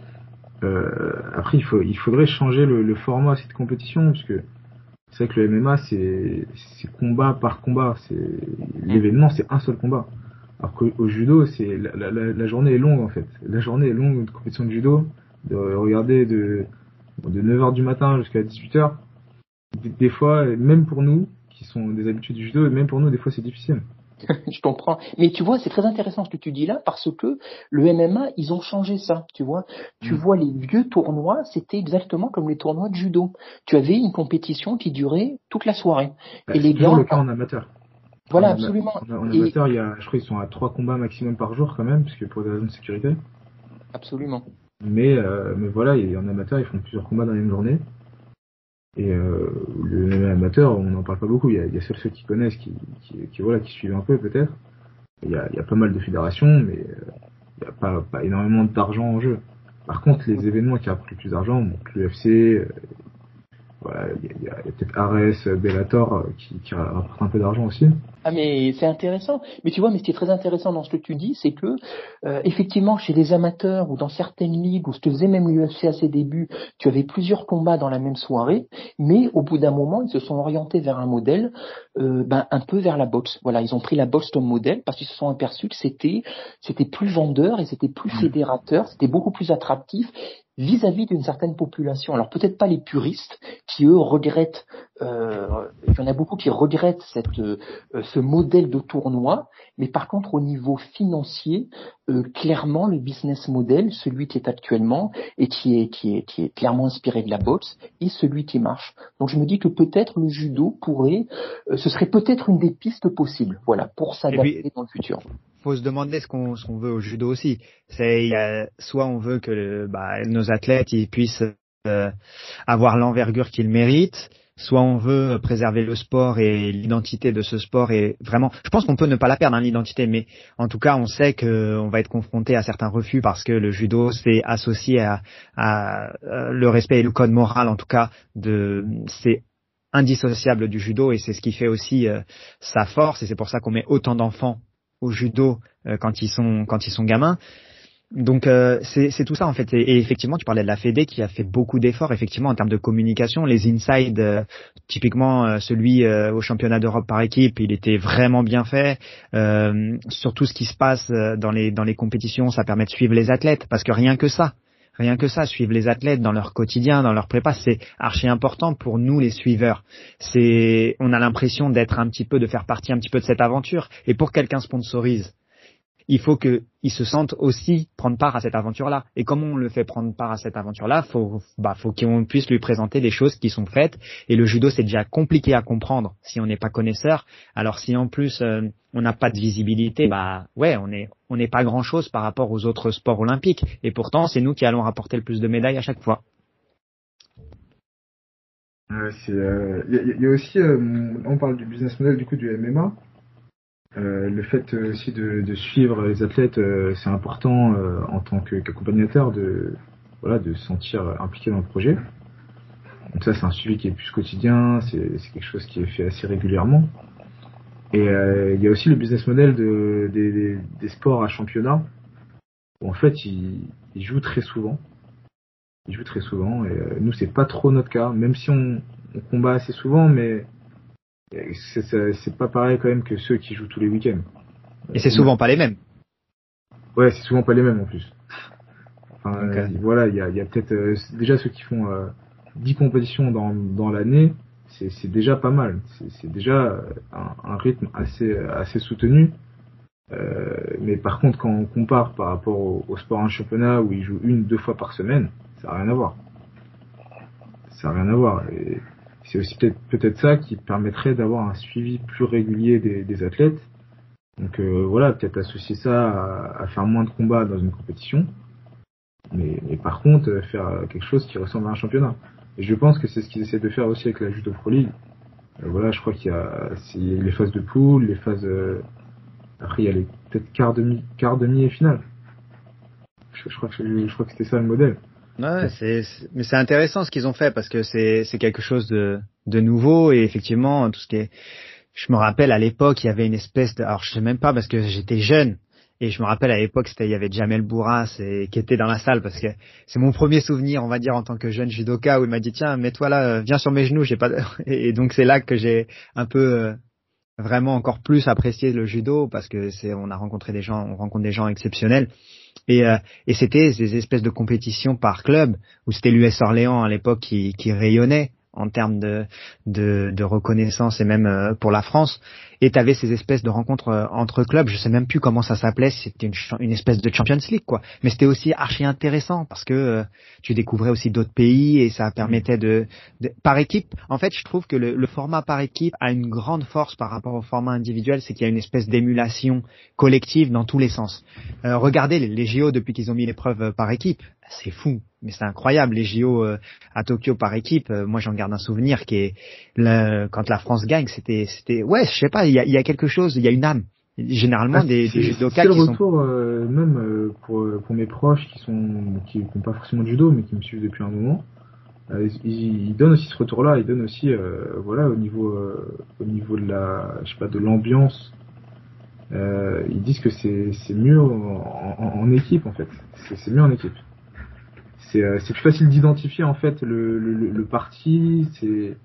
Euh, après, il faut il faudrait changer le, le format de cette compétition parce que c'est vrai que le M M A c'est c'est combat par combat. C'est l'événement, c'est un seul combat. Alors qu'au judo, c'est la, la, la, la journée est longue en fait. La journée est longue de compétition de judo. De regarder de de neuf heures du matin jusqu'à dix-huit heures. Des, des fois, même pour nous, qui sont des habitués du judo, même pour nous, des fois, c'est difficile. Je comprends. Mais tu vois, c'est très intéressant ce que tu dis là, parce que le M M A, ils ont changé ça, tu vois. Tu mmh. vois, les vieux tournois, c'était exactement comme les tournois de judo. Tu avais une compétition qui durait toute la soirée. Bah, et c'est les toujours gars, le cas en amateur. Voilà, en absolument. En, en et... amateur, il y a, je crois qu'ils sont à trois combats maximum par jour quand même, parce que pour des raisons de sécurité. Absolument. Mais, euh, mais voilà, et en amateur, ils font plusieurs combats dans la même journée. Et euh, le M M A amateur, on n'en parle pas beaucoup. Il y a, il y a seuls ceux qui connaissent, qui, qui, qui voilà, qui suivent un peu peut-être. Il y a, il y a pas mal de fédérations, mais euh, il n'y a pas, pas énormément d'argent en jeu. Par contre, les événements qui rapportent le plus d'argent, donc l'U F C, euh, voilà, il y a, il y a peut-être Ares, Bellator euh, qui, qui rapportent un peu d'argent aussi. Ah mais c'est intéressant. Mais tu vois, mais ce qui est très intéressant dans ce que tu dis, c'est que euh, effectivement chez les amateurs ou dans certaines ligues où ce que faisait même l'U F C à ses débuts, tu avais plusieurs combats dans la même soirée, mais au bout d'un moment ils se sont orientés vers un modèle, euh, ben un peu vers la boxe. Voilà, ils ont pris la boxe comme modèle parce qu'ils se sont aperçus que c'était c'était plus vendeur et c'était plus fédérateur, c'était beaucoup plus attractif vis-à-vis d'une certaine population. Alors peut-être pas les puristes qui eux regrettent, euh, il y en a beaucoup qui regrettent cette, euh, ce modèle de tournoi, mais par contre au niveau financier, euh, clairement le business model, celui qui est actuellement et qui est, qui est, qui est clairement inspiré de la boxe, est celui qui marche. Donc je me dis que peut-être le judo pourrait, euh, ce serait peut-être une des pistes possibles, voilà, pour s'adapter puis, dans le futur. Faut se demander ce qu'on, ce qu'on veut au judo aussi. C'est, y a, soit on veut que le, bah, nos athlètes ils puissent euh, avoir l'envergure qu'ils méritent, soit on veut préserver le sport et l'identité de ce sport et vraiment, je pense qu'on peut ne pas la perdre, hein, l'identité, mais en tout cas, on sait qu'on va être confronté à certains refus parce que le judo, c'est associé à, à, à le respect et le code moral, en tout cas, de, c'est indissociable du judo et c'est ce qui fait aussi euh, sa force et c'est pour ça qu'on met autant d'enfants au judo euh, quand ils sont quand ils sont gamins. Donc euh, c'est, c'est tout ça en fait. Et, et effectivement, tu parlais de la Fédé qui a fait beaucoup d'efforts effectivement en termes de communication. Les inside, euh, typiquement euh, celui euh, au championnat d'Europe par équipe, il était vraiment bien fait. Euh, sur tout ce qui se passe euh, dans les dans les compétitions, ça permet de suivre les athlètes parce que rien que ça, rien que ça, suivre les athlètes dans leur quotidien, dans leur prépa, c'est archi important pour nous les suiveurs. C'est, on a l'impression d'être un petit peu, de faire partie un petit peu de cette aventure. Et pour quelqu'un sponsorise, il faut qu'ils se sentent aussi prendre part à cette aventure-là. Et comment on le fait prendre part à cette aventure-là? Faut, bah, faut qu'on puisse lui présenter des choses qui sont faites. Et le judo, c'est déjà compliqué à comprendre si on n'est pas connaisseur. Alors si en plus euh, on n'a pas de visibilité, bah ouais, on est, on n'est pas grand-chose par rapport aux autres sports olympiques. Et pourtant, c'est nous qui allons rapporter le plus de médailles à chaque fois. Euh, c'est, euh, y, a, y a aussi, euh, on parle du business model du coup du M M A. Euh, le fait euh, aussi de, de suivre les athlètes, euh, c'est important euh, en tant que, qu'accompagnateur de voilà de se sentir impliqué dans le projet. Donc ça c'est un suivi qui est plus quotidien, c'est, c'est quelque chose qui est fait assez régulièrement. Et euh, il y a aussi le business model de, des, des, des sports à championnat où en fait ils, ils jouent très souvent. Ils jouent très souvent et euh, nous c'est pas trop notre cas, même si on, on combat assez souvent, mais C'est, c'est, c'est pas pareil quand même que ceux qui jouent tous les week-ends. Et c'est souvent pas les mêmes. Ouais, c'est souvent pas les mêmes en plus. Enfin, okay. euh, voilà, il y a, y a peut-être euh, déjà ceux qui font euh, dix compétitions dans, dans l'année, c'est, c'est déjà pas mal. C'est, c'est déjà un, un rythme assez, assez soutenu. Euh, mais par contre, quand on compare par rapport au, au sport en championnat où ils jouent une, deux fois par semaine, ça n'a rien à voir. Ça n'a rien à voir. Et c'est aussi peut-être, peut-être ça qui permettrait d'avoir un suivi plus régulier des, des athlètes. Donc euh, voilà, peut-être associer ça à, à faire moins de combats dans une compétition. Mais, mais par contre, faire quelque chose qui ressemble à un championnat. Et je pense que c'est ce qu'ils essaient de faire aussi avec la Judo Pro League. Euh, voilà, je crois qu'il y a, c'est les phases de poule, les phases... Euh, après, il y a les peut-être quart, demi, quart, demi et finale. Je, je, crois que, je, je crois que c'était ça le modèle. Ouais, c'est, c'est, mais c'est intéressant ce qu'ils ont fait parce que c'est, c'est quelque chose de, de nouveau et effectivement tout ce qui est, je me rappelle à l'époque il y avait une espèce de, alors je sais même pas parce que j'étais jeune et je me rappelle à l'époque c'était, il y avait Jamel Bourras et, qui était dans la salle parce que c'est mon premier souvenir on va dire en tant que jeune judoka où il m'a dit tiens mets-toi là, viens sur mes genoux, j'ai pas, et donc c'est là que j'ai un peu euh, vraiment encore plus apprécié le judo parce que c'est, on a rencontré des gens, on rencontre des gens exceptionnels. Et, euh, et c'était des espèces de compétitions par club où c'était l'U S Orléans à l'époque qui, qui rayonnait en termes de, de, de reconnaissance et même euh, pour la France. Et tu avais ces espèces de rencontres euh, entre clubs, je sais même plus comment ça s'appelait, c'était une, une espèce de Champions League quoi. Mais c'était aussi archi intéressant parce que euh, tu découvrais aussi d'autres pays et ça permettait de, de par équipe. En fait, je trouve que le, le format par équipe a une grande force par rapport au format individuel, c'est qu'il y a une espèce d'émulation collective dans tous les sens. Euh, regardez les, les J O depuis qu'ils ont mis l'épreuve par équipe, c'est fou. Mais c'est incroyable, les J O euh, à Tokyo par équipe. Euh, moi, j'en garde un souvenir qui est le, quand la France gagne, c'était, c'était, ouais, je sais pas, il y a, il y a quelque chose, il y a une âme. Généralement, ah, des, des judokas qui le sont. retour, euh, même euh, pour pour mes proches qui sont qui n'ont pas forcément de judo, mais qui me suivent depuis un moment, euh, ils, ils donnent aussi ce retour-là. Ils donnent aussi, euh, voilà, au niveau euh, au niveau de la, je sais pas, de l'ambiance. Euh, ils disent que c'est c'est mieux en, en, en équipe en fait. C'est, c'est mieux en équipe. C'est, c'est plus facile d'identifier en fait le, le, le parti. C'est,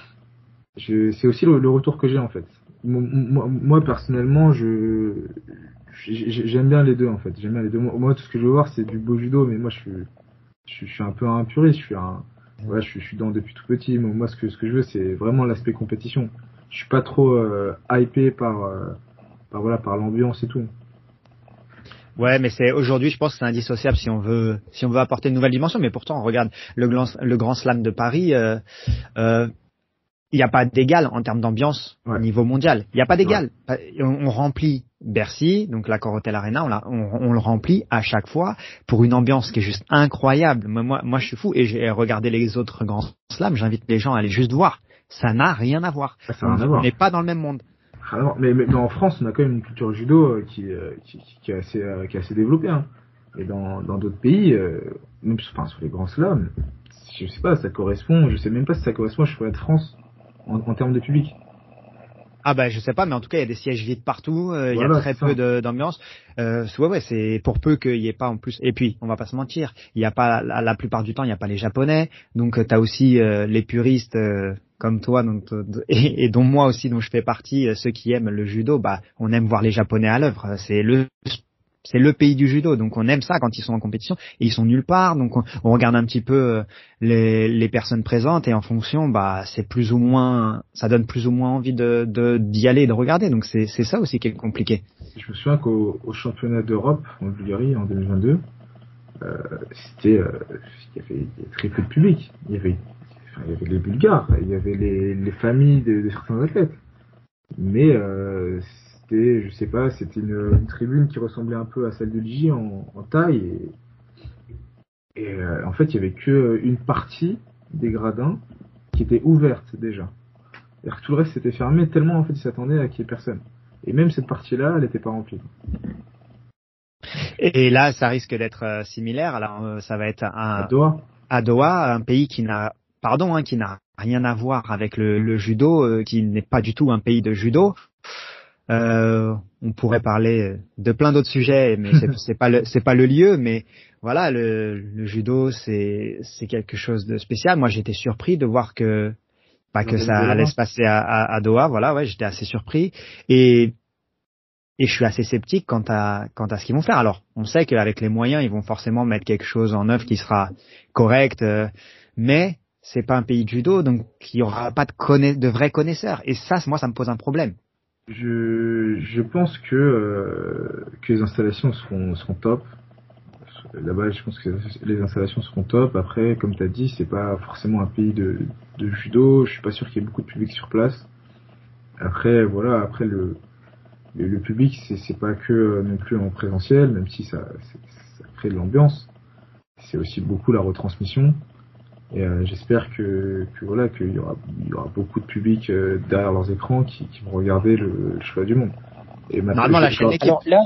je, c'est aussi le, le retour que j'ai en fait. Moi, moi personnellement, je, j'aime bien les deux en fait. J'aime bien les deux. Moi, tout ce que je veux voir, c'est du beau judo, mais moi, je suis, je, je suis un peu un puriste. Je suis un, ouais, je, je suis dans depuis tout petit. Mais moi, ce que ce que je veux, c'est vraiment l'aspect compétition. Je suis pas trop euh, hypé par, euh, par voilà, par l'ambiance et tout. Ouais, mais c'est aujourd'hui, je pense que c'est indissociable si on veut, si on veut apporter une nouvelle dimension. Mais pourtant, on regarde le grand, le grand slam de Paris. Euh, euh, il n'y a pas d'égal en termes d'ambiance ouais. au niveau mondial. Il n'y a pas d'égal. Ouais. On, on remplit Bercy, donc la Corotel Arena, on, la, on, on le remplit à chaque fois pour une ambiance qui est juste incroyable. Moi, moi, moi je suis fou et j'ai regardé les autres grands slams. J'invite les gens à aller juste voir. ça n'a rien à voir. Ça, ça n'a rien à voir. On n'est pas dans le même monde. Alors, mais, mais, mais en France, on a quand même une culture judo qui, qui, qui, est, assez, qui est assez développée. Hein. Et dans, dans d'autres pays, euh, même enfin, sur les grands slams, je sais pas, ça correspond, je sais même pas si ça correspond à Championnat de France en, en termes de public. Ah bah je sais pas, mais en tout cas il y a des sièges vides partout, euh, il voilà, y a très peu de, d'ambiance. Euh, ouais ouais, c'est pour peu qu'il y ait pas en plus. Et puis on va pas se mentir, il y a pas la, la plupart du temps il y a pas les Japonais, donc t'as aussi euh, les puristes euh, comme toi, donc, et, et dont moi aussi dont je fais partie, euh, ceux qui aiment le judo, bah on aime voir les Japonais à l'œuvre. C'est le C'est le pays du judo, donc on aime ça quand ils sont en compétition et ils sont nulle part. Donc on, on regarde un petit peu les, les personnes présentes et en fonction, bah c'est plus ou moins, ça donne plus ou moins envie de, de d'y aller et de regarder. Donc c'est c'est ça aussi qui est compliqué. Je me souviens qu'au au championnat d'Europe en Bulgarie en deux mille vingt-deux, euh, c'était euh, il y avait très peu de public. Il y avait enfin, il y avait les Bulgares, il y avait les les familles de, de certains athlètes, mais euh, c'était, je sais pas, c'était une, une tribune qui ressemblait un peu à celle de l'I J en, en taille et, et euh, en fait il y avait que une partie des gradins qui était ouverte déjà. C'est-à-dire que tout le reste c'était fermé tellement en fait ils s'attendaient à qu'il y ait personne. Et même cette partie-là, elle n'était pas remplie. Et là, ça risque d'être euh, similaire. Alors, euh, ça va être un, à Doha. À Doha, un pays qui n'a, pardon, hein, qui n'a rien à voir avec le, le judo, euh, qui n'est pas du tout un pays de judo. Euh, on pourrait parler de plein d'autres sujets, mais c'est, c'est pas le, c'est pas le lieu. Mais voilà, le, le judo, c'est, c'est quelque chose de spécial. Moi, j'étais surpris de voir que, bah, que ça allait se passer à, à, à Doha. Voilà, ouais, j'étais assez surpris et et je suis assez sceptique quant à quant à ce qu'ils vont faire. Alors, on sait qu'avec les moyens, ils vont forcément mettre quelque chose en œuvre qui sera correct, euh, mais c'est pas un pays de judo, donc il y aura pas de conna- de vrais connaisseurs. Et ça, moi, ça me pose un problème. Je, je pense que, euh, que les installations seront, seront top. Là-bas, je pense que les installations seront top. Après, comme tu as dit, c'est pas forcément un pays de, de judo. Je suis pas sûr qu'il y ait beaucoup de public sur place. Après, voilà, après le, le, le public, c'est, c'est pas que euh, non plus en présentiel, même si ça, ça crée de l'ambiance. C'est aussi beaucoup la retransmission. Et euh, j'espère que, que voilà qu'il y aura, il y aura beaucoup de public euh, derrière leurs écrans qui, qui vont regarder le, le championnat du monde. Et normalement la chaîne équipe. Là,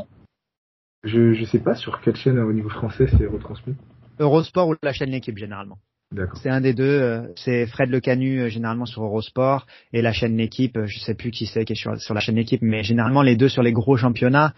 je je sais pas sur quelle chaîne au niveau français c'est retransmis. Eurosport ou la chaîne l'équipe généralement. D'accord. C'est un des deux. Euh, c'est Fred Le Canu euh, généralement sur Eurosport et la chaîne l'équipe. Euh, je sais plus qui c'est qui est sur, sur la chaîne l'équipe, mais généralement les deux sur les gros championnats.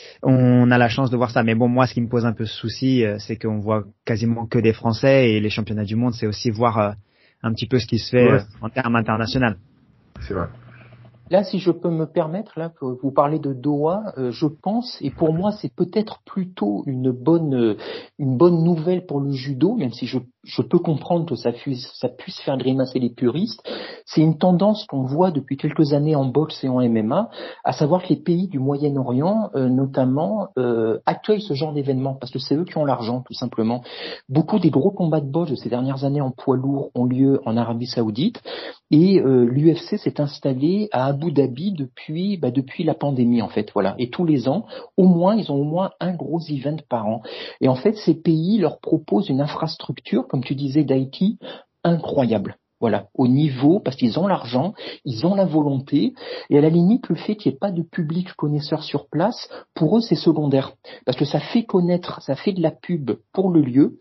On a la chance de voir ça, mais bon, moi, ce qui me pose un peu souci, c'est qu'on voit quasiment que des Français et les championnats du monde, c'est aussi voir euh, un petit peu ce qui se fait ouais. euh, en termes internationaux. C'est vrai. Là, si je peux me permettre, là, vous parlez de Doha, euh, je pense, et pour moi, c'est peut-être plutôt une bonne, euh, une bonne nouvelle pour le judo, même si je, je peux comprendre que ça puisse, ça puisse faire grimacer les puristes. C'est une tendance qu'on voit depuis quelques années en boxe et en M M A, à savoir que les pays du Moyen-Orient, euh, notamment, euh, accueillent ce genre d'événements, parce que c'est eux qui ont l'argent, tout simplement. Beaucoup des gros combats de boxe de ces dernières années en poids lourd ont lieu en Arabie Saoudite, et euh, l'U F C s'est installé à Abu Dhabi depuis bah, depuis la pandémie en fait, voilà. Et tous les ans, au moins, ils ont au moins un gros event par an. Et en fait, ces pays leur proposent une infrastructure, comme tu disais, Daiki, incroyable. Voilà, au niveau, parce qu'ils ont l'argent, ils ont la volonté, et à la limite, le fait qu'il n'y ait pas de public connaisseur sur place, pour eux, c'est secondaire. Parce que ça fait connaître, ça fait de la pub pour le lieu,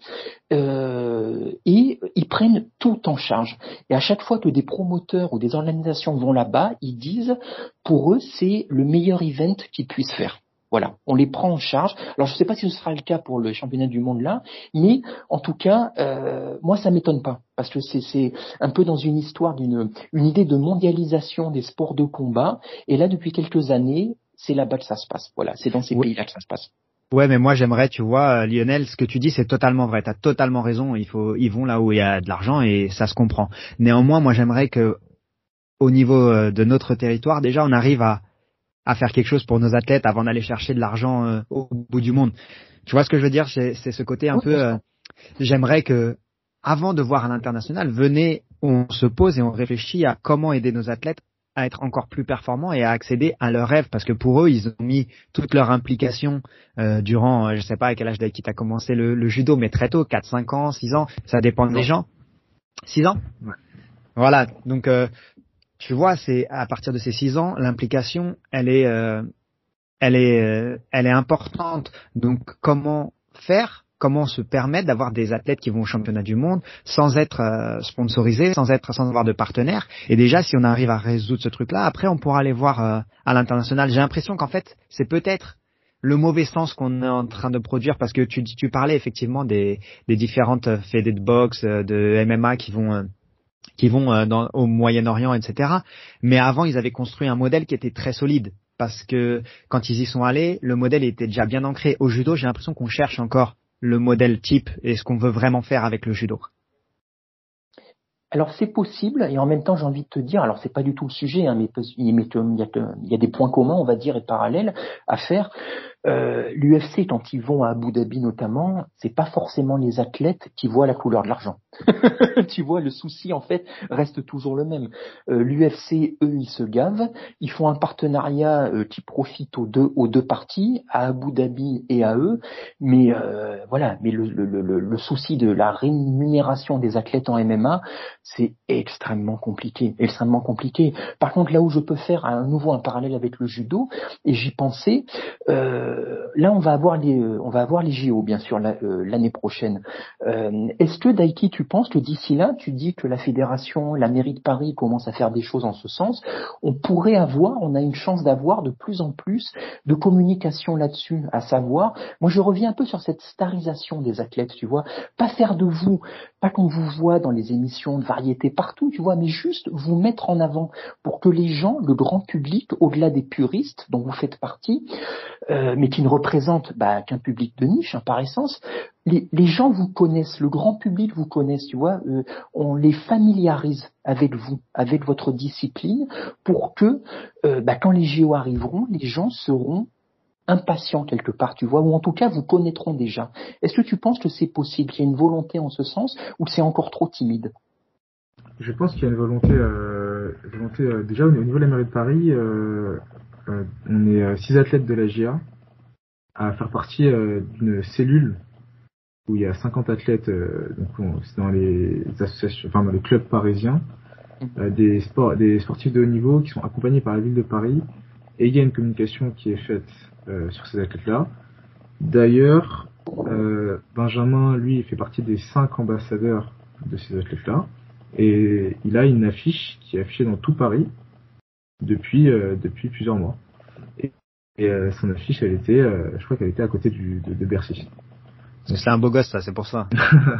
euh, et ils prennent tout en charge. Et à chaque fois que des promoteurs ou des organisations vont là-bas, ils disent, pour eux, c'est le meilleur event qu'ils puissent faire. Voilà, on les prend en charge. Alors je ne sais pas si ce sera le cas pour le championnat du monde là, mais en tout cas, euh, moi ça m'étonne pas parce que c'est, c'est un peu dans une histoire d'une une idée de mondialisation des sports de combat. Et là, depuis quelques années, c'est là-bas que ça se passe. Voilà, c'est dans ces oui. pays-là que ça se passe. Ouais, mais moi j'aimerais, tu vois, Lionel, ce que tu dis c'est totalement vrai. T'as totalement raison. Il faut, ils vont là où il y a de l'argent et ça se comprend. Néanmoins, moi j'aimerais que, au niveau de notre territoire, déjà on arrive à à faire quelque chose pour nos athlètes avant d'aller chercher de l'argent euh, au bout du monde. Tu vois ce que je veux dire? C'est, c'est ce côté un oui, peu... Euh, j'aimerais que, avant de voir à l'international, venez, on se pose et on réfléchit à comment aider nos athlètes à être encore plus performants et à accéder à leurs rêves. Parce que pour eux, ils ont mis toute leur implication euh, durant, je sais pas à quel âge Daiki t'as commencé le, le judo, mais très tôt, quatre, cinq ans, six ans, ça dépend des gens. six ans? Ouais. Voilà, donc... Euh, tu vois, c'est à partir de ces six ans, l'implication, elle est, euh, elle est, euh, elle est importante. Donc, comment faire, comment se permettre d'avoir des athlètes qui vont au championnat du monde sans être euh, sponsorisés, sans être, sans avoir de partenaires. Et déjà, si on arrive à résoudre ce truc-là, après, on pourra aller voir euh, à l'international. J'ai l'impression qu'en fait, c'est peut-être le mauvais sens qu'on est en train de produire, parce que tu, tu parlais effectivement des, des différentes fédés de boxe, de M M A qui vont euh, qui vont euh, dans, au Moyen-Orient, et cetera. Mais avant, ils avaient construit un modèle qui était très solide, parce que quand ils y sont allés, le modèle était déjà bien ancré. Au judo, j'ai l'impression qu'on cherche encore le modèle type et ce qu'on veut vraiment faire avec le judo. Alors c'est possible, et en même temps j'ai envie de te dire, alors c'est pas du tout le sujet, hein, mais il y, a, il y a des points communs, on va dire, et parallèles à faire. Euh, L'U F C, quand ils vont à Abu Dhabi notamment, c'est pas forcément les athlètes qui voient la couleur de l'argent. Tu vois, le souci en fait reste toujours le même. Euh, L'U F C, eux, ils se gavent, ils font un partenariat euh, qui profite aux deux aux deux parties, à Abu Dhabi et à eux, mais euh, voilà, mais le, le, le, le souci de la rémunération des athlètes en M M A, c'est extrêmement compliqué, extrêmement compliqué. Par contre, là où je peux faire à nouveau un parallèle avec le judo, et j'y pensais, euh, là on va avoir les, on va avoir les J O bien sûr la, euh, l'année prochaine. Euh, est-ce que Daiki, tu penses que d'ici là, tu dis que la fédération, la mairie de Paris commence à faire des choses en ce sens, on pourrait avoir, on a une chance d'avoir de plus en plus de communication là-dessus, à savoir, moi je reviens un peu sur cette starisation des athlètes, tu vois, pas faire de vous, pas qu'on vous voit dans les émissions de variété partout, tu vois, mais juste vous mettre en avant pour que les gens, le grand public, au-delà des puristes dont vous faites partie, euh, mais qui ne représentent bah, qu'un public de niche, hein, par essence, les, les gens vous connaissent, le grand public vous connaisse, tu vois, euh, on les familiarise avec vous, avec votre discipline, pour que euh, bah, quand les J O arriveront, les gens seront impatients quelque part, tu vois, ou en tout cas vous connaîtront déjà. Est-ce que tu penses que c'est possible, qu'il y a une volonté en ce sens, ou c'est encore trop timide? Je pense qu'il y a une volonté, euh, volonté euh, déjà au niveau de la mairie de Paris, euh, euh, on est euh, six athlètes de la J A à faire partie euh, d'une cellule où il y a cinquante athlètes, euh, donc on, c'est dans les associations, enfin dans les clubs parisiens, euh, des sports, des sportifs de haut niveau qui sont accompagnés par la ville de Paris, et il y a une communication qui est faite euh, sur ces athlètes-là. D'ailleurs, euh, Benjamin, lui, fait partie des cinq ambassadeurs de ces athlètes-là, et il a une affiche qui est affichée dans tout Paris depuis euh, depuis plusieurs mois. Et, et euh, son affiche, elle était, euh, je crois qu'elle était à côté du, de, de Bercy. C'est un beau gosse, ça, c'est pour ça.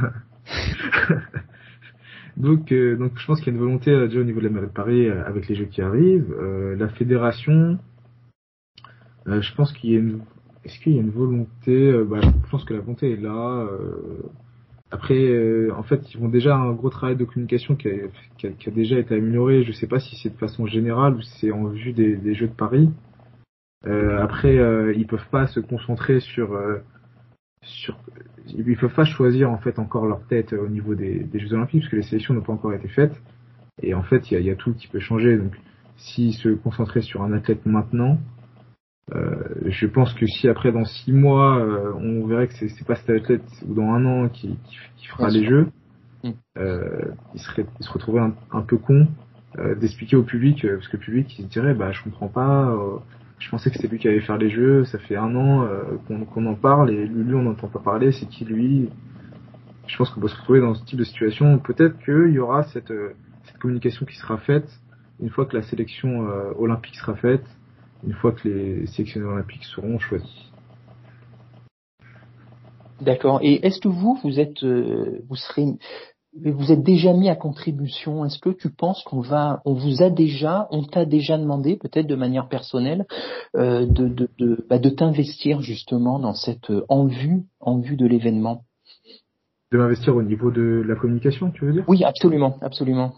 donc, euh, donc, je pense qu'il y a une volonté euh, déjà au niveau de la mairie de Paris euh, avec les Jeux qui arrivent. Euh, la fédération, euh, je pense qu'il y a une, est-ce qu'il y a une volonté euh, bah, je pense que la volonté est là. Euh, après, euh, en fait, ils font déjà un gros travail de communication qui a, qui a, qui a déjà été amélioré. Je sais pas si c'est de façon générale ou si c'est en vue des, des Jeux de Paris. Euh, après, euh, ils peuvent pas se concentrer sur euh, sur ils peuvent pas choisir en fait encore leur tête au niveau des, des Jeux Olympiques parce que les sélections n'ont pas encore été faites et en fait il y a, y a tout qui peut changer. Donc s'ils se concentraient sur un athlète maintenant, euh, je pense que si après dans six mois euh, on verrait que c'est, c'est pas cet athlète ou dans un an qui, qui, qui fera les Jeux, euh, il serait il se retrouverait un, un peu con euh, d'expliquer au public euh, parce que le public il se dirait bah je comprends pas. Euh, Je pensais que c'était lui qui allait faire les Jeux, ça fait un an euh, qu'on, qu'on en parle et lui, lui on n'entend pas parler, c'est qui lui? Je pense qu'on peut se retrouver dans ce type de situation. Peut-être qu'il y aura cette, euh, cette communication qui sera faite une fois que la sélection euh, olympique sera faite, une fois que les sélectionneurs olympiques seront choisis. D'accord. Et est-ce que vous, vous êtes, euh, vous serez, vous êtes déjà mis à contribution? Est-ce que tu penses qu'on va, on vous a déjà, on t'a déjà demandé, peut-être de manière personnelle, euh, de, de, de, bah, de t'investir justement dans cette euh, en vue, en vue de l'événement? De m'investir au niveau de la communication, tu veux dire? Oui, absolument, absolument.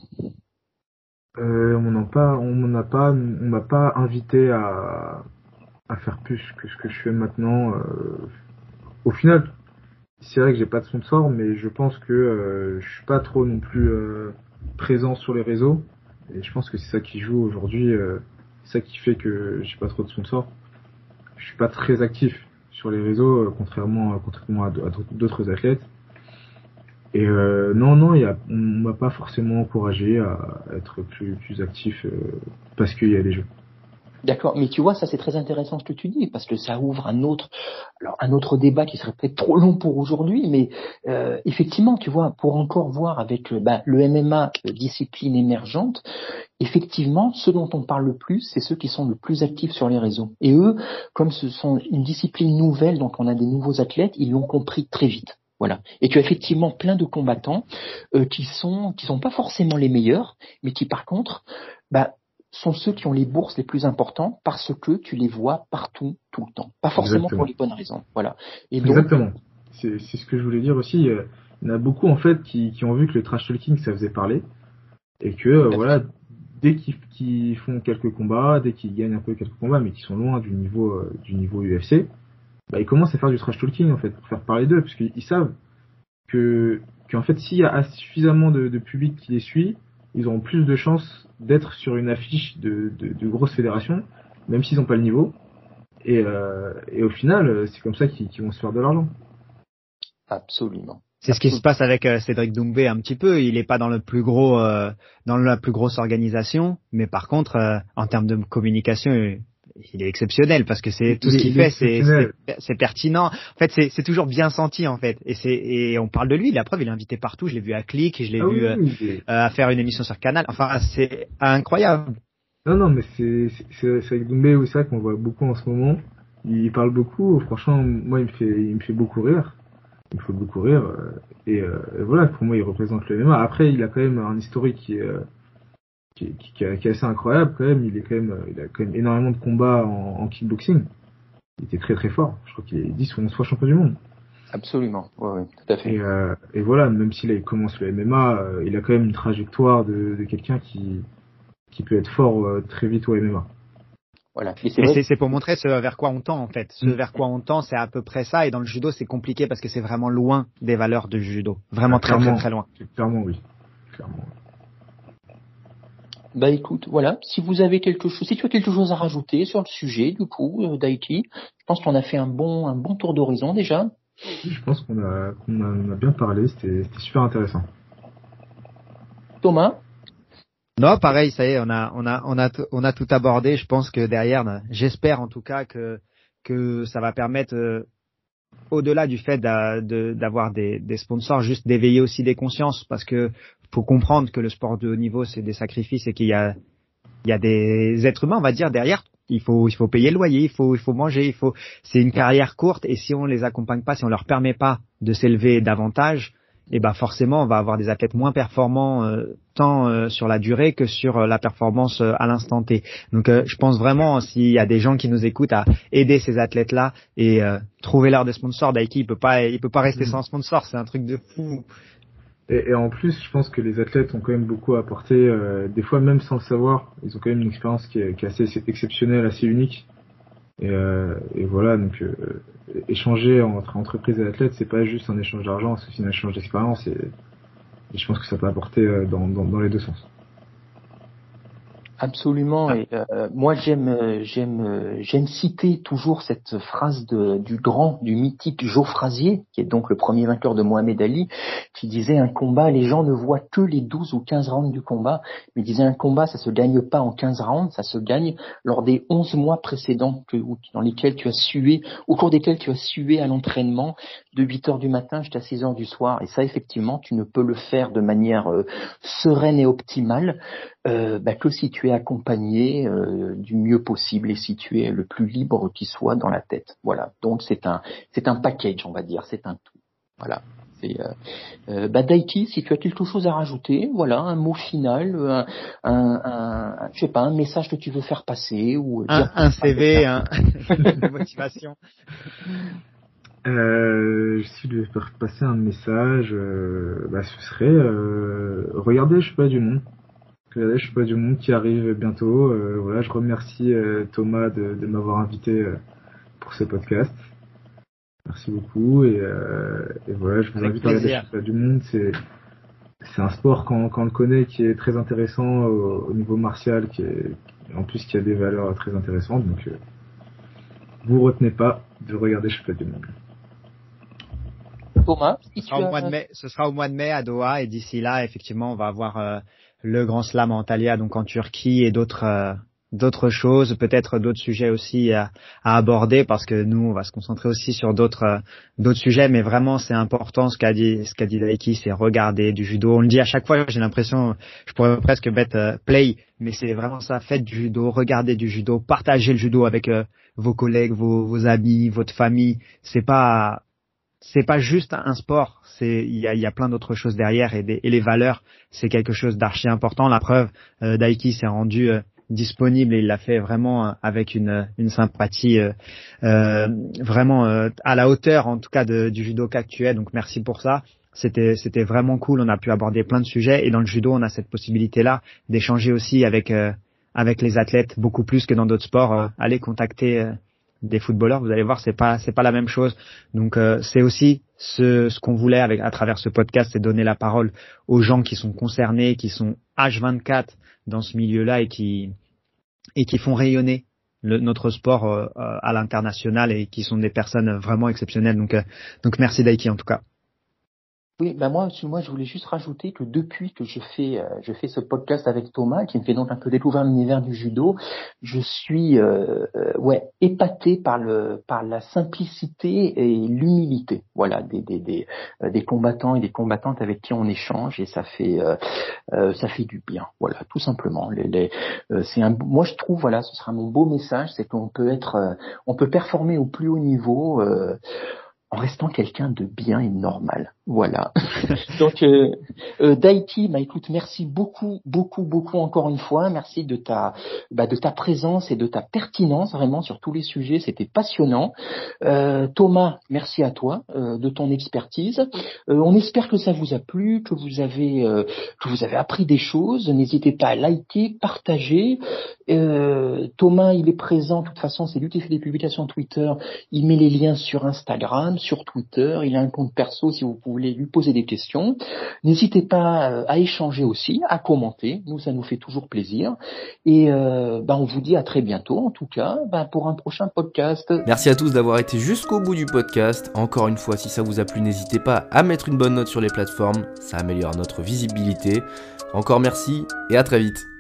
Euh, on n'a pas, on n'a pas, on m'a pas invité à à faire plus que ce que je fais maintenant. Euh, au final. C'est vrai que j'ai pas de sponsor, mais je pense que euh, je suis pas trop non plus euh, présent sur les réseaux. Et je pense que c'est ça qui joue aujourd'hui. Euh, c'est ça qui fait que j'ai pas trop de sponsors. Je suis pas très actif sur les réseaux, euh, contrairement, euh, contrairement à, à d'autres athlètes. Et euh, non, non, y a, on m'a pas forcément encouragé à être plus, plus actif euh, parce qu'il y a les jeux. D'accord, mais tu vois, ça c'est très intéressant ce que tu dis, parce que ça ouvre un autre, alors un autre débat qui serait peut-être trop long pour aujourd'hui, mais euh, effectivement, tu vois, pour encore voir avec le, bah, le M M A, euh, discipline émergente, effectivement, ceux dont on parle le plus, c'est ceux qui sont le plus actifs sur les réseaux. Et eux, comme ce sont une discipline nouvelle, donc on a des nouveaux athlètes, ils l'ont compris très vite. Voilà. Et tu as effectivement plein de combattants euh, qui sont qui sont pas forcément les meilleurs, mais qui par contre, bah sont ceux qui ont les bourses les plus importantes parce que tu les vois partout, tout le temps. Pas forcément Exactement. pour les bonnes raisons. Voilà. Et donc, Exactement. C'est, c'est ce que je voulais dire aussi. Il y en a beaucoup en fait qui, qui ont vu que le trash talking ça faisait parler et que euh, voilà, dès qu'ils, qu'ils font quelques combats, dès qu'ils gagnent un peu quelques combats, mais qui sont loin du niveau euh, du niveau U F C, bah ils commencent à faire du trash talking en fait pour faire parler d'eux parce qu'ils savent que qu'en fait s'il y a suffisamment de, de public qui les suit, ils auront plus de chances d'être sur une affiche de, de, de grosses fédérations, même s'ils n'ont pas le niveau. Et, euh, et au final, c'est comme ça qu'ils, qu'ils vont se faire de l'argent. Absolument. C'est ce qui se passe avec euh, Cédric Doumbé un petit peu. Il est pas dans le plus gros, euh, dans la plus grosse organisation, mais par contre, euh, en termes de communication, il est exceptionnel parce que c'est tout il ce qu'il fait, c'est, c'est, c'est pertinent. En fait, c'est, c'est toujours bien senti en fait. Et c'est, et on parle de lui. La preuve, il est invité partout. Je l'ai vu à Click, je l'ai ah vu oui, euh, euh, à faire une émission sur Canal. Enfin, c'est incroyable. Non, non, mais c'est, c'est, c'est avec Doumbé ou ça qu'on voit beaucoup en ce moment. Il parle beaucoup. Franchement, moi, il me fait, il me fait beaucoup rire. Il me fait beaucoup rire. Et, euh, et voilà, pour moi, il représente le M M A. Après, il a quand même un historique qui est, qui, qui, qui, est, qui est assez incroyable quand même. Il est quand même, il a quand même énormément de combats en, en kickboxing. Il était très très fort. Je crois qu'il est dix ou onze fois champion du monde. Absolument, oui, oui, tout à fait. Et, euh, et voilà, même s'il a, il commence le M M A, euh, il a quand même une trajectoire de, de quelqu'un qui, qui peut être fort euh, très vite au M M A. Voilà. Et c'est, c'est, c'est pour montrer ce vers quoi on tend en fait. Ce mmh. vers quoi on tend, c'est à peu près ça. Et dans le judo, c'est compliqué parce que c'est vraiment loin des valeurs de judo. Vraiment ah, très très très loin. Clairement oui. Clairement. Bah écoute, voilà. Si vous avez quelque chose, si tu as quelque chose à rajouter sur le sujet, du coup, euh, Daiki, je pense qu'on a fait un bon un bon tour d'horizon déjà. Oui, je pense qu'on a qu'on a, on a bien parlé. C'était, c'était super intéressant. Thomas. Non, pareil, ça y est, on a, on a, on a, on a tout abordé. Je pense que derrière, j'espère en tout cas que que ça va permettre, euh, au-delà du fait d'a, de, d'avoir des, des sponsors, juste d'éveiller aussi des consciences, parce que faut comprendre que le sport de haut niveau, c'est des sacrifices et qu'il y a, il y a des êtres humains, on va dire, derrière. Il faut, il faut payer le loyer, il faut, il faut manger, il faut. C'est une carrière courte et si on les accompagne pas, si on leur permet pas de s'élever davantage, et ben forcément on va avoir des athlètes moins performants euh, tant euh, sur la durée que sur euh, la performance euh, à l'instant T. Donc euh, je pense vraiment s'il y a des gens qui nous écoutent à aider ces athlètes là et euh, trouver leur des sponsors. Daiki il peut pas il peut pas rester sans sponsor, c'est un truc de fou. Et, et en plus je pense que les athlètes ont quand même beaucoup à apporter, euh, des fois même sans le savoir, ils ont quand même une expérience qui est, qui est assez exceptionnelle, assez unique. Et, euh, et voilà, donc euh, échanger entre entreprises et athlètes, c'est pas juste un échange d'argent, c'est aussi un échange d'expérience et, et je pense que ça peut apporter dans, dans, dans les deux sens. Absolument. Et euh, moi, j'aime, j'aime, j'aime citer toujours cette phrase de, du grand, du mythique Joe Frazier, qui est donc le premier vainqueur de Mohamed Ali, qui disait un combat, les gens ne voient que les douze ou quinze rounds du combat, mais il disait un combat, ça se gagne pas en quinze rounds, ça se gagne lors des onze mois précédents que, dans lesquels tu as sué, au cours desquels tu as sué à l'entraînement de huit heures du matin jusqu'à six heures du soir. Et ça, effectivement, tu ne peux le faire de manière euh, sereine et optimale euh, bah, que si tu es accompagné euh, du mieux possible et si tu es le plus libre qui soit dans la tête. Voilà. Donc c'est un c'est un package, on va dire, c'est un tout. Voilà. C'est euh, euh, bah Daiki, si tu as quelque chose à rajouter, voilà, un mot final, un, un, un je sais pas, un message que tu veux faire passer ou un, dire un C V, un de motivation. Euh, si je devais faire passer un message, euh, bah ce serait euh, regardez je sais pas du monde. Regardez je sais pas du monde qui arrive bientôt. Euh, voilà, je remercie euh, Thomas de, de m'avoir invité euh, pour ce podcast. Merci beaucoup et, euh, et voilà, je vous Avec invite plaisir. à regarder je sais pas du monde. C'est c'est un sport quand, quand on le connaît qui est très intéressant au, au niveau martial, qui est en plus qui a des valeurs très intéressantes. Donc euh, vous retenez pas de regarder je sais pas du monde. Thomas, ce sera, au mois de mai, ce sera au mois de mai à Doha, et d'ici là, effectivement, on va avoir euh, le Grand Slam en Antalya, donc en Turquie, et d'autres euh, d'autres choses, peut-être d'autres sujets aussi à, à aborder, parce que nous, on va se concentrer aussi sur d'autres euh, d'autres sujets, mais vraiment, c'est important ce qu'a dit ce qu'a dit Daiki, c'est regarder du judo. On le dit à chaque fois, j'ai l'impression, je pourrais presque mettre euh, play, mais c'est vraiment ça, faites du judo, regardez du judo, partagez le judo avec euh, vos collègues, vos, vos amis, votre famille. C'est pas c'est pas juste un sport, c'est il y a il y a plein d'autres choses derrière, et, des, et les valeurs, c'est quelque chose d'archi important. La preuve, euh, Daiki s'est rendu euh, disponible, et il l'a fait vraiment avec une une sympathie euh, euh, vraiment euh, à la hauteur, en tout cas, de, du judoka actuel. Donc merci pour ça. C'était c'était vraiment cool. On a pu aborder plein de sujets, et dans le judo, on a cette possibilité-là d'échanger aussi avec euh, avec les athlètes, beaucoup plus que dans d'autres sports. Euh, allez contacter euh, des footballeurs, vous allez voir, c'est pas c'est pas la même chose. Donc euh, c'est aussi ce ce qu'on voulait avec à travers ce podcast, c'est donner la parole aux gens qui sont concernés, qui sont H vingt-quatre dans ce milieu-là, et qui et qui font rayonner le, notre sport euh, à l'international, et qui sont des personnes vraiment exceptionnelles. Donc euh, donc merci Daiki en tout cas. Oui, ben moi, moi, je voulais juste rajouter que depuis que je fais, euh, je fais ce podcast avec Thomas, qui me fait donc un peu découvrir l'univers du judo, je suis, euh, euh, ouais, épaté par le, par la simplicité et l'humilité, voilà, des, des, des, euh, des combattants et des combattantes avec qui on échange, et ça fait, euh, euh, ça fait du bien, voilà, tout simplement. Les, les, euh, c'est un, moi, je trouve, voilà, ce sera mon beau message, c'est qu'on peut être, euh, on peut performer au plus haut niveau. Euh, en restant quelqu'un de bien et normal. Voilà. Donc, euh, euh, Daiki, bah, écoute, merci beaucoup, beaucoup, beaucoup encore une fois. Merci de ta, bah, de ta présence et de ta pertinence vraiment sur tous les sujets. C'était passionnant. Euh, Thomas, merci à toi euh, de ton expertise. Euh, on espère que ça vous a plu, que vous avez, euh, que vous avez appris des choses. N'hésitez pas à liker, partager. Euh, Thomas, il est présent. De toute façon, c'est lui qui fait des publications Twitter. Il met les liens sur Instagram, sur Twitter. Il a un compte perso si vous voulez lui poser des questions. N'hésitez pas à échanger aussi, à commenter. Nous, ça nous fait toujours plaisir. Et euh, ben, on vous dit à très bientôt, en tout cas, ben, pour un prochain podcast. Merci à tous d'avoir été jusqu'au bout du podcast. Encore une fois, si ça vous a plu, n'hésitez pas à mettre une bonne note sur les plateformes. Ça améliore notre visibilité. Encore merci et à très vite.